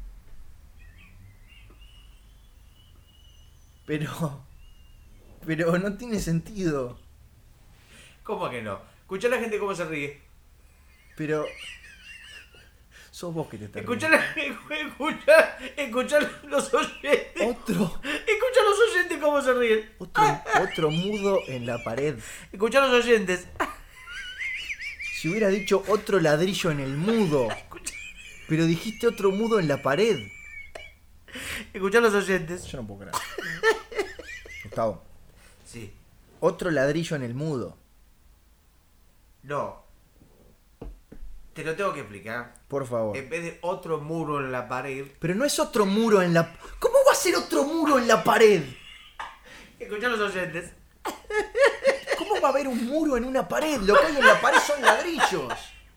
Pero... Pero no tiene sentido. ¿Cómo que no? Escuchá a la gente cómo se ríe. Pero... Sos vos que te estás Escuchá, riendo. la, escuchá, escuchá los oyentes. Otro... Escuchá a los oyentes cómo se ríen. Otro, otro mudo en la pared. Escuchá a los oyentes. Si hubiera dicho otro ladrillo en el mudo. Pero dijiste otro mudo en la pared. Escuchá a los oyentes. Yo no puedo creer. Gustavo. Sí. Otro ladrillo en el mudo. No. Te lo tengo que explicar. Por favor. En vez de otro muro en la pared. Pero no es otro muro en la... ¿Cómo va a ser otro muro en la pared? Escuchá a los oyentes. ¿Cómo va a haber un muro en una pared? Lo que hay en la pared son ladrillos.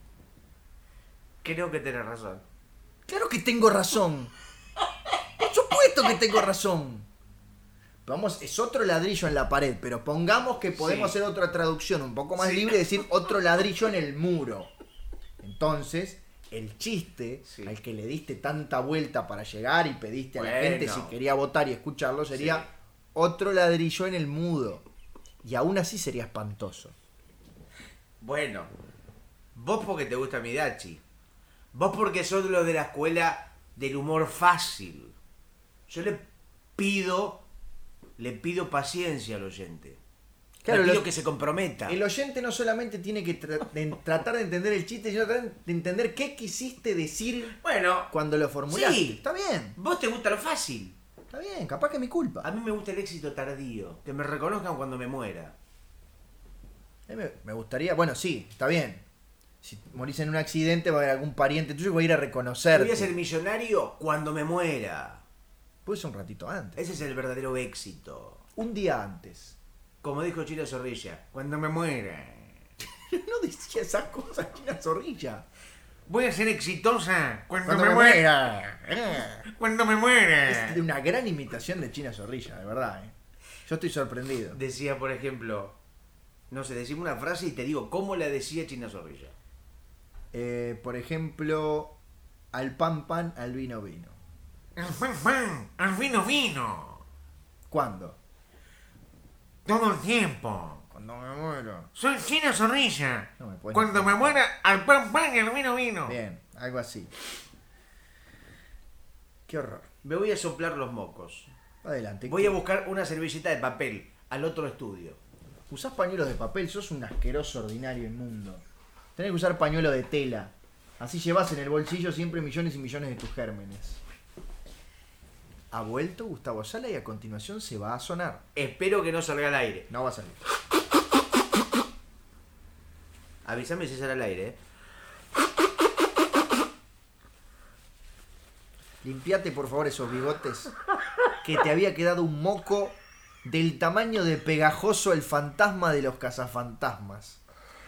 Creo que tenés razón. Claro que tengo razón. Por supuesto que tengo razón. Vamos, es otro ladrillo en la pared, pero pongamos que podemos Sí. hacer otra traducción un poco más Sí. libre y decir otro ladrillo en el muro. Entonces, el chiste Sí. al que le diste tanta vuelta para llegar y pediste a la Bueno. gente si quería votar y escucharlo sería Sí. otro ladrillo en el mudo. Y aún así sería espantoso. Bueno, vos porque te gusta Midachi. Vos porque sos lo de la escuela del humor fácil. Yo le pido, le pido paciencia al oyente. Claro, le pido los- que se comprometa. El oyente no solamente tiene que tra- de- tratar de entender el chiste, sino tratar de entender qué quisiste decir Bueno, cuando lo formulaste. Sí. Está bien, vos te gusta lo fácil. está bien, capaz que es mi culpa. A mí me gusta el éxito tardío. Que me reconozcan cuando me muera. A mí me, me gustaría, bueno, sí, está bien. Si morís en un accidente va a haber algún pariente tuyo que va a ir a Yo reconocerte. voy a ser millonario cuando me muera. Puede ser un ratito antes. Ese es el verdadero éxito. Un día antes. Como dijo Chilo Zorrilla, cuando me muera. No decía esas cosas, China Zorrilla. Voy a ser exitosa cuando, Cuando me, me muera. muera. Eh. Cuando me muera. Es de una gran imitación de China Zorrilla, de verdad. ¿eh? Yo estoy sorprendido. Decía, por ejemplo, no sé, decime una frase y te digo cómo la decía China Zorrilla. Eh, por ejemplo, al pan pan, al vino vino. Al pan pan, al vino vino. ¿Cuándo? Todo el tiempo. Cuando me muero. Soy China Zorrilla. No me pueden- Cuando me muera, al pan pan y al vino vino. Bien, algo así. Qué horror. Me voy a soplar los mocos. Adelante. Voy a buscar una servilleta de papel al otro estudio. Usás pañuelos de papel, sos un asqueroso ordinario inmundo. Tenés que usar pañuelo de tela. Así llevas en el bolsillo siempre millones y millones de tus gérmenes. Ha vuelto Gustavo Sala y a continuación se va a sonar. Espero que no salga al aire. No va a salir. Avísame si sale al aire, ¿eh? Limpiate por favor esos bigotes. Que te había quedado un moco del tamaño de Pegajoso, el fantasma de los cazafantasmas.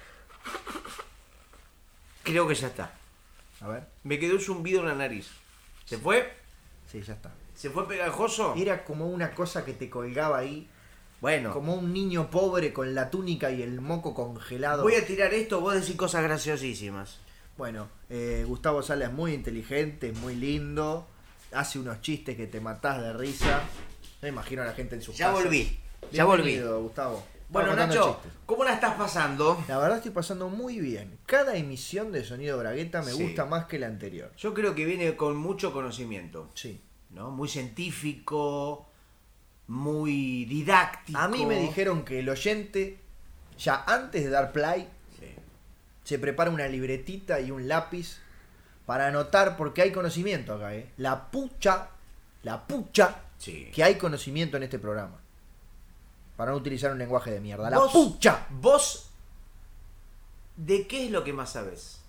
Creo que ya está. A ver. Me quedó un zumbido en la nariz. ¿Se fue? Sí, ya está. ¿Se fue pegajoso? Era como una cosa que te colgaba ahí. Bueno, Como un niño pobre con la túnica y el moco congelado. voy a tirar esto, vos decís cosas graciosísimas. Bueno, eh, Gustavo Sala es muy inteligente, es muy lindo. Hace unos chistes que te matás de risa. Me imagino a la gente en sus Ya casas. volví, ya volví. Bienvenido, Gustavo. Bueno, Estamos contando Nacho, chistes. ¿cómo la estás pasando? La verdad estoy pasando muy bien. Cada emisión de Sonido Bragueta me Sí. gusta más que la anterior. Yo creo que viene con mucho conocimiento, Sí. ¿no? Muy científico, muy didáctico. A mí me dijeron que el oyente, ya antes de dar play, Sí. se prepara una libretita y un lápiz para anotar, porque hay conocimiento acá, ¿eh? La pucha, la pucha, Sí. que hay conocimiento en este programa. Para no utilizar un lenguaje de mierda. La Vos- pucha. ¿Vos de qué es lo que más sabés?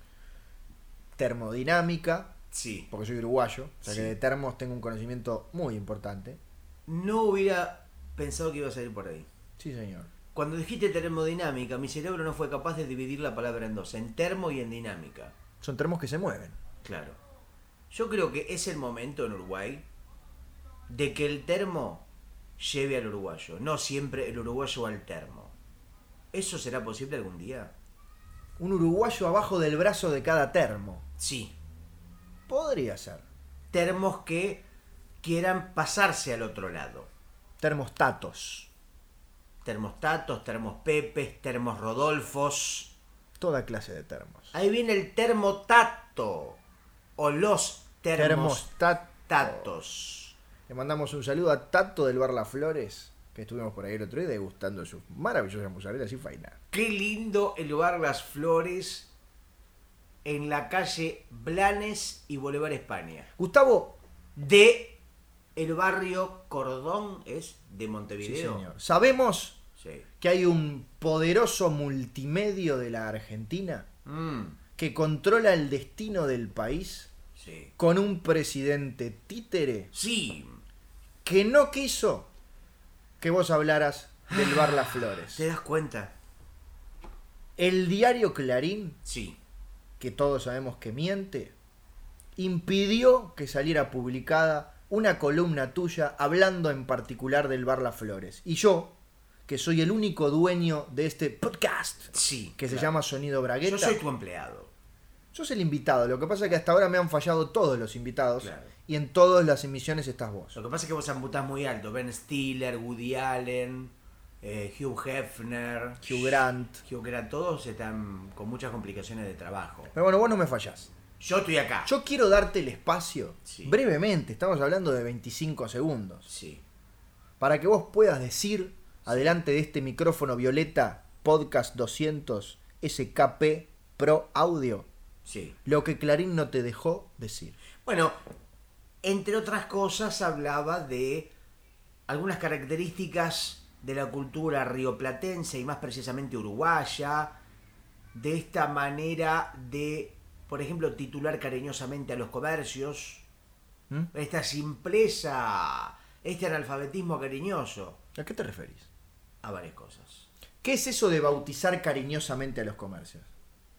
Termodinámica, Sí. porque soy uruguayo, o sea Sí. que de termos tengo un conocimiento muy importante. No hubiera pensado que iba a salir por ahí. Sí, señor. Cuando dijiste termodinámica, mi cerebro no fue capaz de dividir la palabra en dos, en termo y en dinámica. Son termos que se mueven. Claro. Yo creo que es el momento en Uruguay de que el termo lleve al uruguayo, no siempre el uruguayo al termo. ¿Eso será posible algún día? Un uruguayo abajo del brazo de cada termo. Sí. Podría ser. Termos que quieran pasarse al otro lado. Termostatos. Termostatos, termos pepes, termos rodolfos. Toda clase de termos. Ahí viene el termotato. O los Termostato. termostatos. Le mandamos un saludo a Tato del Bar Las Flores, que estuvimos por ahí el otro día degustando sus maravillosas mozzarellas y faina. Qué lindo el bar Las Flores en la calle Blanes y Boulevard España. Gustavo, De el barrio Cordón, ¿es? De sí Montevideo. señor, sabemos Sí. que hay un poderoso multimedio de la Argentina Mm, que controla el destino del país sí. con un presidente títere Sí. que no quiso que vos hablaras del Bar Las Flores. ¿Te das cuenta? El diario Clarín, Sí. que todos sabemos que miente, impidió que saliera publicada una columna tuya hablando en particular del Bar Las Flores. Y yo, que soy el único dueño de este podcast, Sí. que se claro. llama Sonido Bragueta, Yo soy tu empleado. sos el invitado. Lo que pasa es que hasta ahora me han fallado todos los invitados, Claro. y en todas las emisiones estás vos. Lo que pasa es que vos amputás muy alto. Ben Stiller, Woody Allen, eh, Hugh Hefner, Hugh Grant. Hugh Grant, todos están con muchas complicaciones de trabajo. Pero bueno, vos no me fallás. Yo estoy acá. Yo quiero darte el espacio, Sí. brevemente, estamos hablando de veinticinco segundos, Sí. para que vos puedas decir, adelante de este micrófono violeta Podcast doscientos S K P Pro Audio, Sí. lo que Clarín no te dejó decir. Bueno, entre otras cosas hablaba de algunas características de la cultura rioplatense y más precisamente uruguaya, de esta manera de, por ejemplo, titular cariñosamente a los comercios, ¿Mm? esta simpleza, este analfabetismo cariñoso, ¿A qué te referís? a varias cosas. ¿Qué es eso de bautizar cariñosamente a los comercios?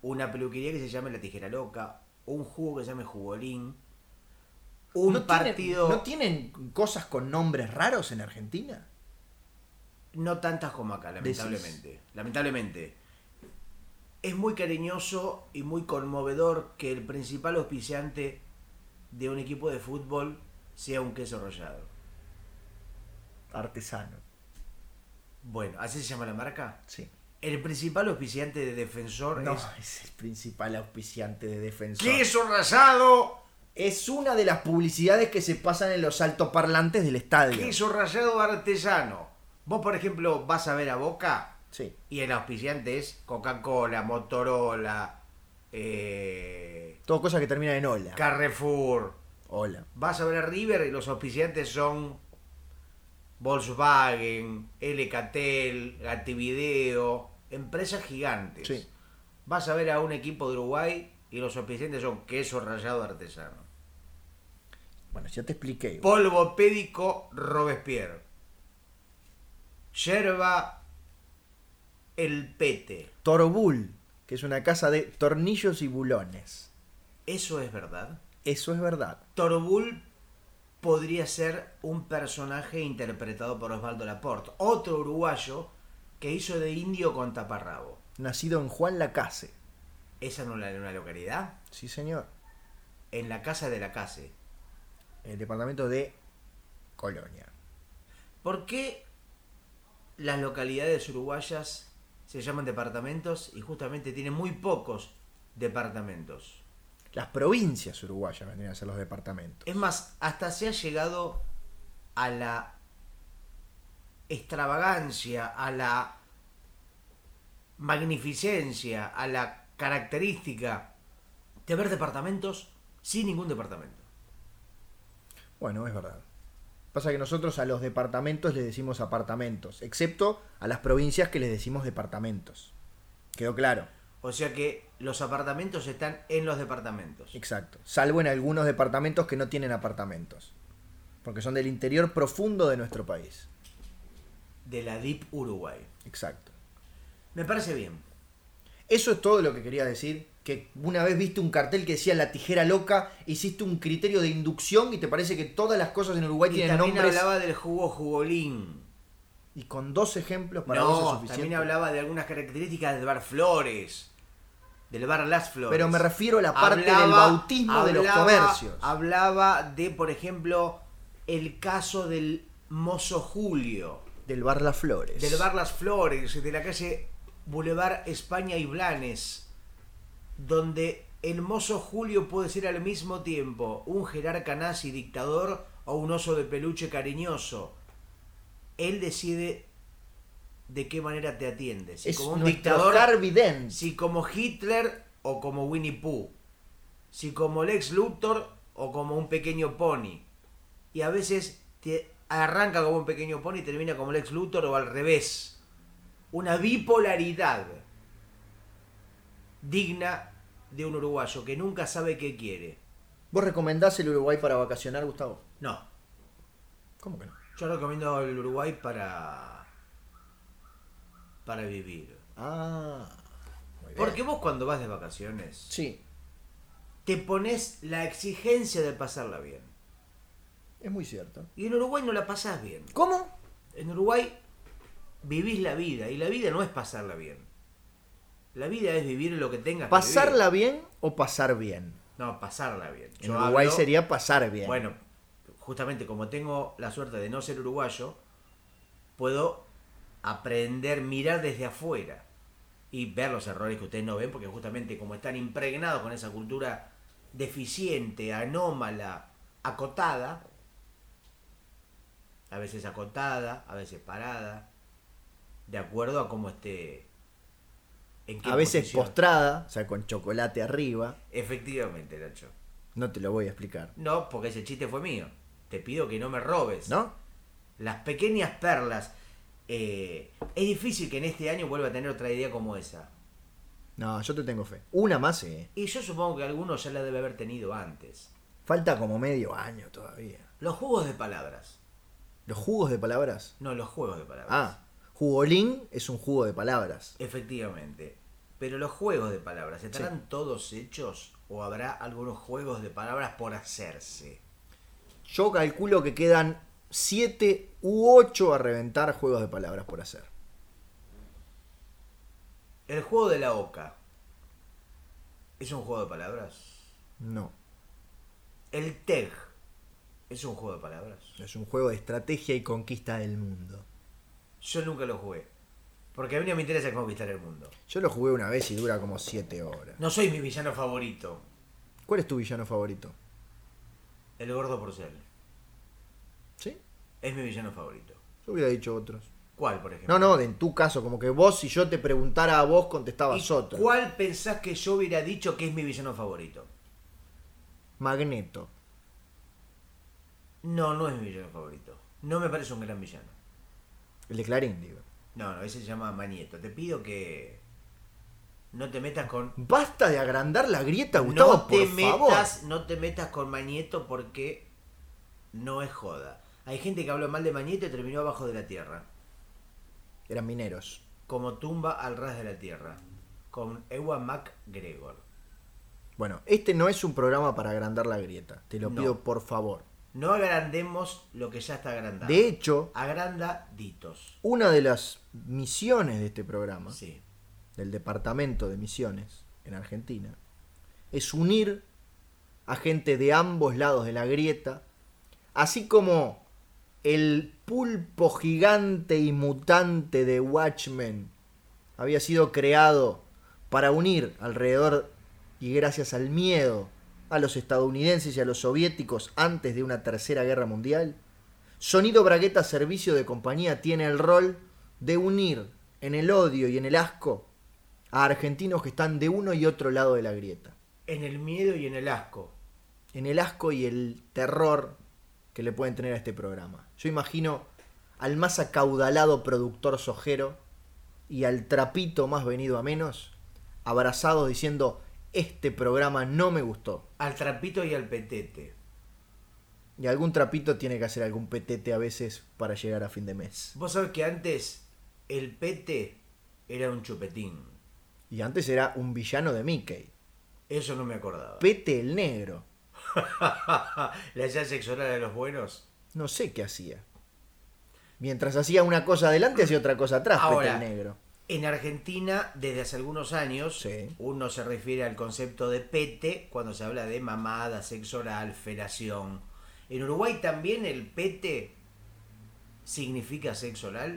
una peluquería que se llame La Tijera Loca, un jugo que se llame Jugolín, un ¿No partido... tienen, ¿No tienen cosas con nombres raros en Argentina? No tantas como acá, lamentablemente. Decís. Lamentablemente. Es muy cariñoso y muy conmovedor que el principal auspiciante de un equipo de fútbol sea un queso rallado. Artesano. Bueno, ¿así se llama la marca? Sí. El principal auspiciante de Defensor No, es... es el principal auspiciante de Defensor. ¡Queso rallado! Es una de las publicidades que se pasan en los altoparlantes del estadio. Queso rallado artesano. Vos, por ejemplo, vas a ver a Boca Sí. y el auspiciante es Coca-Cola, Motorola, eh, Todo cosas que terminan en hola. Carrefour. Hola. Vas a ver a River y los auspiciantes son Volkswagen, L-Catel, Gativideo, empresas gigantes. Sí. Vas a ver a un equipo de Uruguay y los auspiciantes son queso rallado artesano. Bueno, ya te expliqué. Polvo pédico Robespierre. Yerba El Pete. Torbul, que es una casa de tornillos y bulones. ¿Eso es verdad? Eso es verdad. Torbul podría ser un personaje interpretado por Osvaldo Laporte, otro uruguayo que hizo de indio con taparrabo. Nacido en Juan Lacase. ¿Esa no es una localidad? Sí, señor. En la casa de la Case. El departamento de Colonia. ¿Por qué las localidades uruguayas se llaman departamentos y justamente tienen muy pocos departamentos? Las provincias uruguayas vendrían a ser los departamentos. Es más, hasta se ha llegado a la extravagancia, a la magnificencia, a la característica de ver departamentos sin ningún departamento. Bueno, es verdad. Pasa que nosotros a los departamentos les decimos apartamentos, excepto a las provincias que les decimos departamentos. ¿Quedó claro? O sea que los apartamentos están en los departamentos. Exacto. Salvo en algunos departamentos que no tienen apartamentos. Porque son del interior profundo de nuestro país. De la Deep Uruguay. Exacto. Me parece bien. Eso es todo lo que quería decir. Que una vez viste un cartel que decía La Tijera Loca, hiciste un criterio de inducción y te parece que todas las cosas en Uruguay Y tienen también nombres. hablaba del jugo Jugolín. Y con dos ejemplos para vos es No, suficiente. también hablaba de algunas características del bar Flores. Del bar Las Flores. Pero me refiero a la parte Hablaba- del bautismo de los hablaba- comercios. Hablaba de, por ejemplo, el caso del mozo Julio. Del bar Las Flores. Del bar Las Flores, de la calle Boulevard España y Blanes. Donde el mozo Julio puede ser al mismo tiempo un jerarca nazi dictador o un oso de peluche cariñoso. Él decide de qué manera te atiende. Si Es como un nuestro dictador, Harvey Dent. si como Hitler o como Winnie Pooh. Si como Lex Luthor o como un pequeño pony. Y a veces te arranca como un pequeño pony y termina como Lex Luthor o al revés. Una bipolaridad digna de un uruguayo que nunca sabe qué quiere. ¿Vos recomendás el Uruguay para vacacionar, Gustavo? No, ¿Cómo que no? yo recomiendo el Uruguay para para vivir. Ah, muy bien. Porque vos cuando vas de vacaciones Sí, te pones la exigencia de pasarla bien. es muy cierto. Y en Uruguay no la pasás bien. ¿Cómo? En Uruguay vivís la vida y la vida no es pasarla bien. La vida es vivir lo que tengas que ¿Pasarla vivir. bien o pasar bien? No, pasarla bien. En Yo Uruguay hablo- sería pasar bien. Bueno, justamente como tengo la suerte de no ser uruguayo, puedo aprender, mirar desde afuera y ver los errores que ustedes no ven, porque justamente como están impregnados con esa cultura deficiente, anómala, acotada, a veces acotada, a veces parada, de acuerdo a cómo esté, en qué a veces posición. postrada, o sea, con chocolate arriba. Efectivamente, Nacho. No te lo voy a explicar. No, porque ese chiste fue mío. Te pido que no me robes. ¿No? Las pequeñas perlas. Eh, es difícil que en este año vuelva a tener otra idea como esa. No, yo te tengo fe. Una más, sí. Y yo supongo que alguno ya la debe haber tenido antes. Falta como medio año todavía. Los juegos de palabras. ¿Los jugos de palabras? No, los juegos de palabras. Ah, jugolín es un jugo de palabras. Efectivamente. Pero los juegos de palabras, ¿estarán sí. todos hechos o habrá algunos juegos de palabras por hacerse? Yo calculo que quedan siete u ocho a reventar juegos de palabras por hacer. El juego de la oca, ¿es un juego de palabras? No. El T E G, ¿es un juego de palabras? Es un juego de estrategia y conquista del mundo. Yo nunca lo jugué, porque a mí no me interesa conquistar el mundo. Yo lo jugué una vez y dura como siete horas. No soy mi villano favorito. ¿Cuál es tu villano favorito? El gordo Porcel. ¿Sí? Es mi villano favorito. Yo hubiera dicho otros. ¿Cuál, por ejemplo? No, no, en tu caso, como que vos, si yo te preguntara a vos, contestabas ¿Y otro. ¿Cuál pensás que yo hubiera dicho que es mi villano favorito? Magneto. No, no es mi villano favorito. No me parece un gran villano. El de Clarín, digo. No, no, ese se llama Magneto. Te pido que no te metas con... Basta de agrandar la grieta, Gustavo, no te por metas, favor. No te metas con Magneto porque no es joda. Hay gente que habló mal de Magneto y terminó abajo de la tierra. Eran mineros. Como tumba al ras de la tierra. Con Ewan McGregor. Bueno, este no es un programa para agrandar la grieta. Te lo No. pido por favor. No agrandemos lo que ya está agrandado. De hecho, agrandaditos. una de las misiones de este programa, Sí. del Departamento de Misiones en Argentina, es unir a gente de ambos lados de la grieta, así como el pulpo gigante y mutante de Watchmen había sido creado para unir alrededor y gracias al miedo a los estadounidenses y a los soviéticos antes de una tercera guerra mundial. Sonido Bragueta Servicio de Compañía tiene el rol de unir en el odio y en el asco a argentinos que están de uno y otro lado de la grieta. En el miedo y en el asco. En el asco y el terror que le pueden tener a este programa. Yo imagino al más acaudalado productor sojero y al trapito más venido a menos, abrazados diciendo: este programa no me gustó. Al trapito y al petete. Y algún trapito tiene que hacer algún petete a veces para llegar a fin de mes. Vos sabés que antes el pete era un chupetín. Y antes era un villano de Mickey. Eso no me acordaba. Pete el Negro. ¿Le hacía sexo oral a los buenos? No sé qué hacía. Mientras hacía una cosa adelante, hacía otra cosa atrás. Ahora, Pete el Negro. En Argentina, desde hace algunos años, Sí. uno se refiere al concepto de pete cuando se habla de mamada, sexo oral, felación. En Uruguay también el pete significa sexo oral.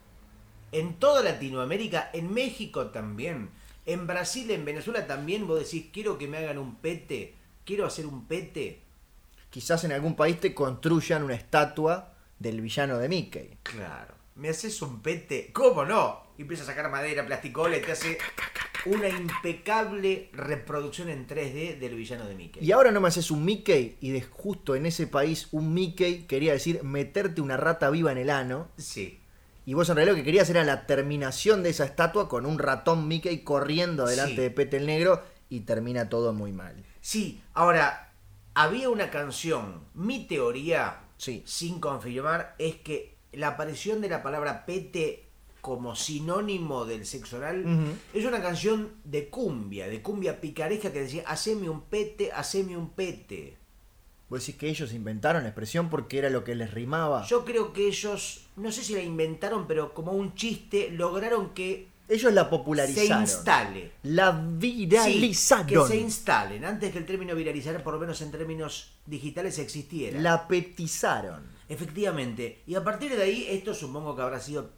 En toda Latinoamérica, en México también. En Brasil, en Venezuela también vos decís, quiero que me hagan un pete, quiero hacer un pete. Quizás en algún país te construyan una estatua del villano de Mickey. Claro. ¿Me haces un pete? ¿Cómo no? Y empieza a sacar madera, plasticola y te hace una impecable reproducción en tres D del villano de Mickey. Y ahora no me haces un Mickey, y de justo en ese país un Mickey quería decir meterte una rata viva en el ano. Sí. Y vos en realidad lo que querías era la terminación de esa estatua con un ratón Mickey corriendo delante Sí. de Pete el Negro, y termina todo muy mal. Sí, ahora, había una canción, mi teoría, Sí. sin confirmar, es que la aparición de la palabra pete como sinónimo del sexo oral Ujú. es una canción de cumbia, de cumbia picaresca que decía, haceme un pete, haceme un pete. ¿Vos decís que ellos inventaron la expresión porque era lo que les rimaba? Yo creo que ellos, no sé si la inventaron, pero como un chiste, lograron que Ellos la se popularizaron. instale. La viralizaron. Sí, que se instalen, antes que el término viralizar, por lo menos en términos digitales, existiera. La petizaron. Efectivamente. Y a partir de ahí, esto supongo que habrá sido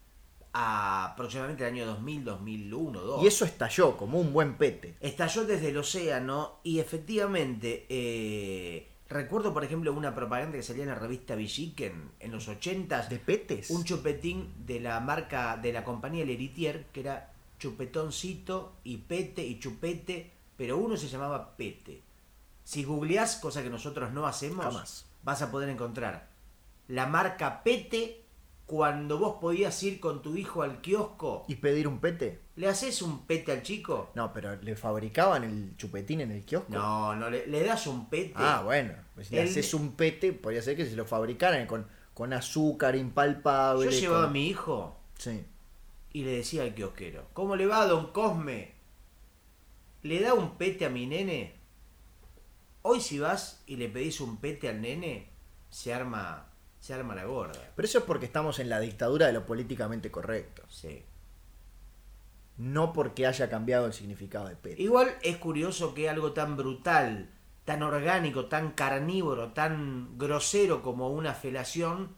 aproximadamente el año dos mil, dos mil uno, dos. Y eso estalló como un buen pete. Estalló desde el océano y efectivamente, eh, recuerdo por ejemplo una propaganda que salía en la revista Villiquen en los ochentas. ¿De petes? Un chupetín de la marca, de la compañía Leritier, que era chupetoncito y pete y chupete, pero uno se llamaba pete. Si googleás, cosa que nosotros no hacemos, Jamás. vas a poder encontrar la marca pete cuando vos podías ir con tu hijo al kiosco. ¿Y pedir un pete? ¿Le haces un pete al chico? No, pero ¿le fabricaban el chupetín en el kiosco? No, no, le, le das un pete. Ah, bueno. Pues si le El- haces un pete, podría ser que se lo fabricaran con, con azúcar impalpable. Yo llevaba con- a mi hijo Sí. y le decía al kiosquero, ¿cómo le va, don Cosme? le da un pete a mi nene, hoy si vas y le pedís un pete al nene, se arma, se arma la gorda. Pero eso es porque estamos en la dictadura de lo políticamente correcto. Sí. No porque haya cambiado el significado de pete. Igual es curioso que algo tan brutal, tan orgánico, tan carnívoro, tan grosero como una felación,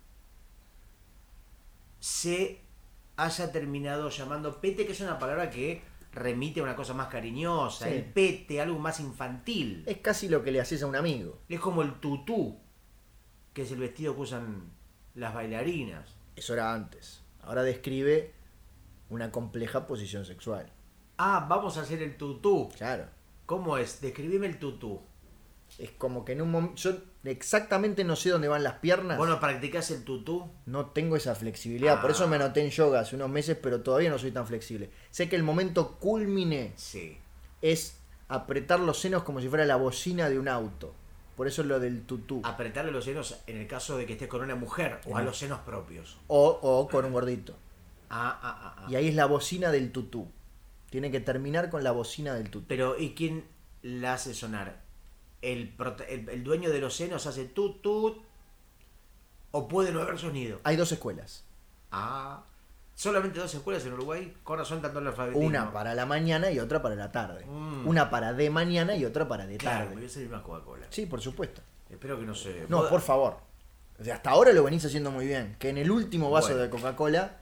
se haya terminado llamando pete, que es una palabra que remite a una cosa más cariñosa, Sí. el pete, algo más infantil. Es casi lo que le haces a un amigo. Es como el tutú, que es el vestido que usan las bailarinas. Eso era antes. Ahora describe una compleja posición sexual. Ah, vamos a hacer el tutú. Claro. ¿Cómo es? Describime el tutú. Es como que en un momento... Yo exactamente no sé dónde van las piernas. Bueno, ¿practicás el tutú? No tengo esa flexibilidad. Ah. Por eso me anoté en yoga hace unos meses, pero todavía no soy tan flexible. Sé que el momento culmine Sí. es apretar los senos como si fuera la bocina de un auto. Por eso es lo del tutú. Apretarle los senos en el caso de que estés con una mujer o a los senos propios. O, o con un gordito. Ah, ah, ah, ah. Y ahí es la bocina del tutú. Tiene que terminar con la bocina del tutú. Pero, ¿y quién la hace sonar? ¿El, prota- el, el dueño de los senos hace tut tut? ¿O puede no haber sonido? Hay dos escuelas. Ah, solamente dos escuelas en Uruguay. Con razón tanto el alfabetismo. Una para la mañana y otra para la tarde. Mm. Una para de mañana y otra para de Claro, me tarde. voy a servir más Coca-Cola. Sí, por supuesto. Espero que no se... No, por favor. O sea, hasta ahora lo venís haciendo muy bien. Que en el último vaso Bueno. de Coca-Cola...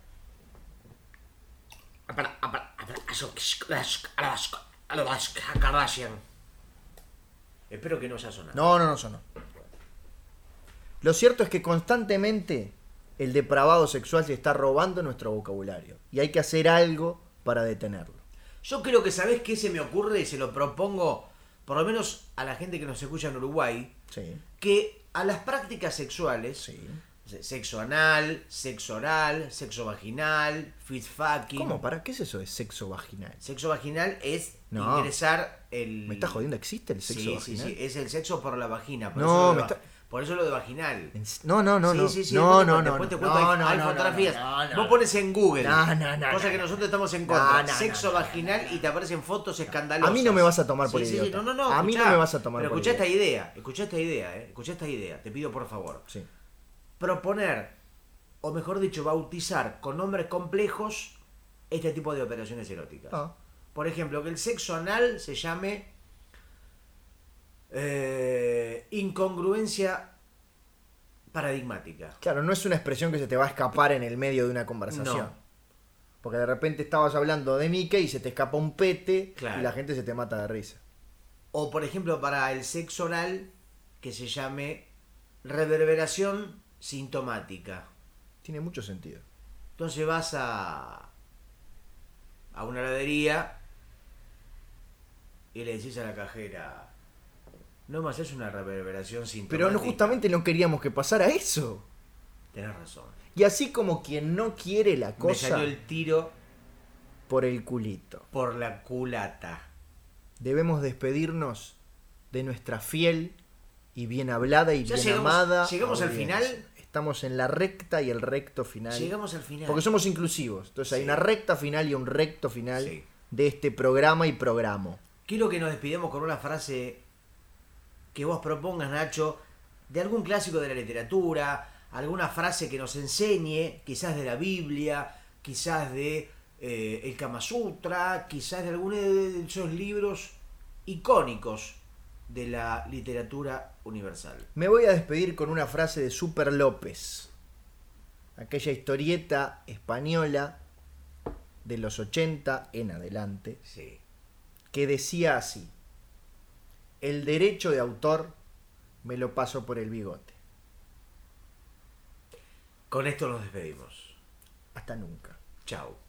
Espero que no haya sonado. No, no, no sonó. Lo cierto es que constantemente el depravado sexual se está robando nuestro vocabulario. Y hay que hacer algo para detenerlo. Yo creo que, ¿sabés qué se me ocurre? Y se lo propongo, por lo menos a la gente que nos escucha en Uruguay, Sí, que a las prácticas sexuales, sí. sexo anal, sexo oral, sexo vaginal, fist fucking... ¿Cómo? ¿Para qué es eso de sexo vaginal? Sexo vaginal es No. ingresar el... ¿Me estás jodiendo? ¿Existe el sexo sí, vaginal? sí, sí, es el sexo por la vagina. Por No, eso lo de me va- está- Por eso lo de vaginal. ¿En s- No, no, no, sí, no. sí, sí, no, después te no, cuento, no, después te no, cuento, hay, no, hay no, no, fotografías. no, no, Vos no. pones en Google, No, no, no, cosa no, que no. nosotros estamos en contra, No, no, sexo no, no, vaginal y te aparecen fotos escandalosas. A mí no me vas a tomar por Sí, sí, sí, idiota. no, no, no, A mí no escuchá, me vas a tomar pero por escuchá esta idiota. idea, escuchá esta idea, eh, escuchá esta idea, te pido por favor. Sí. Proponer, o mejor dicho, bautizar con nombres complejos este tipo de operaciones eróticas. Ah. Por ejemplo, que el sexo anal se llame eh, incongruencia paradigmática. Claro, no es una expresión que se te va a escapar en el medio de una conversación. No. Porque de repente estabas hablando de Mickey y se te escapa un pete Claro. y la gente se te mata de risa. O por ejemplo para el sexo oral que se llame reverberación sintomática. Tiene mucho sentido. Entonces vas a a una heladería y le decís a la cajera, no me haces una reverberación sintomática. Pero no, justamente no queríamos que pasara eso. Tenés razón. Y así como quien no quiere la Me cosa salió el tiro por el culito. por la culata. Debemos despedirnos de nuestra fiel y bien hablada y Ya bien llegamos- amada. llegamos al audiencia. final. Estamos en la recta y el recto final. Llegamos al final. Porque somos inclusivos. Entonces hay Sí. una recta final y un recto final Sí. de este programa y programa. Quiero que nos despidamos con una frase que vos propongas, Nacho, de algún clásico de la literatura, alguna frase que nos enseñe, quizás de la Biblia, quizás de eh, el Kama Sutra, quizás de alguno de esos libros icónicos de la literatura universal. Me voy a despedir con una frase de Super López. Aquella historieta española de los ochenta en adelante. Sí. Que decía así: el derecho de autor me lo paso por el bigote. Con esto nos despedimos. Hasta nunca. Chao.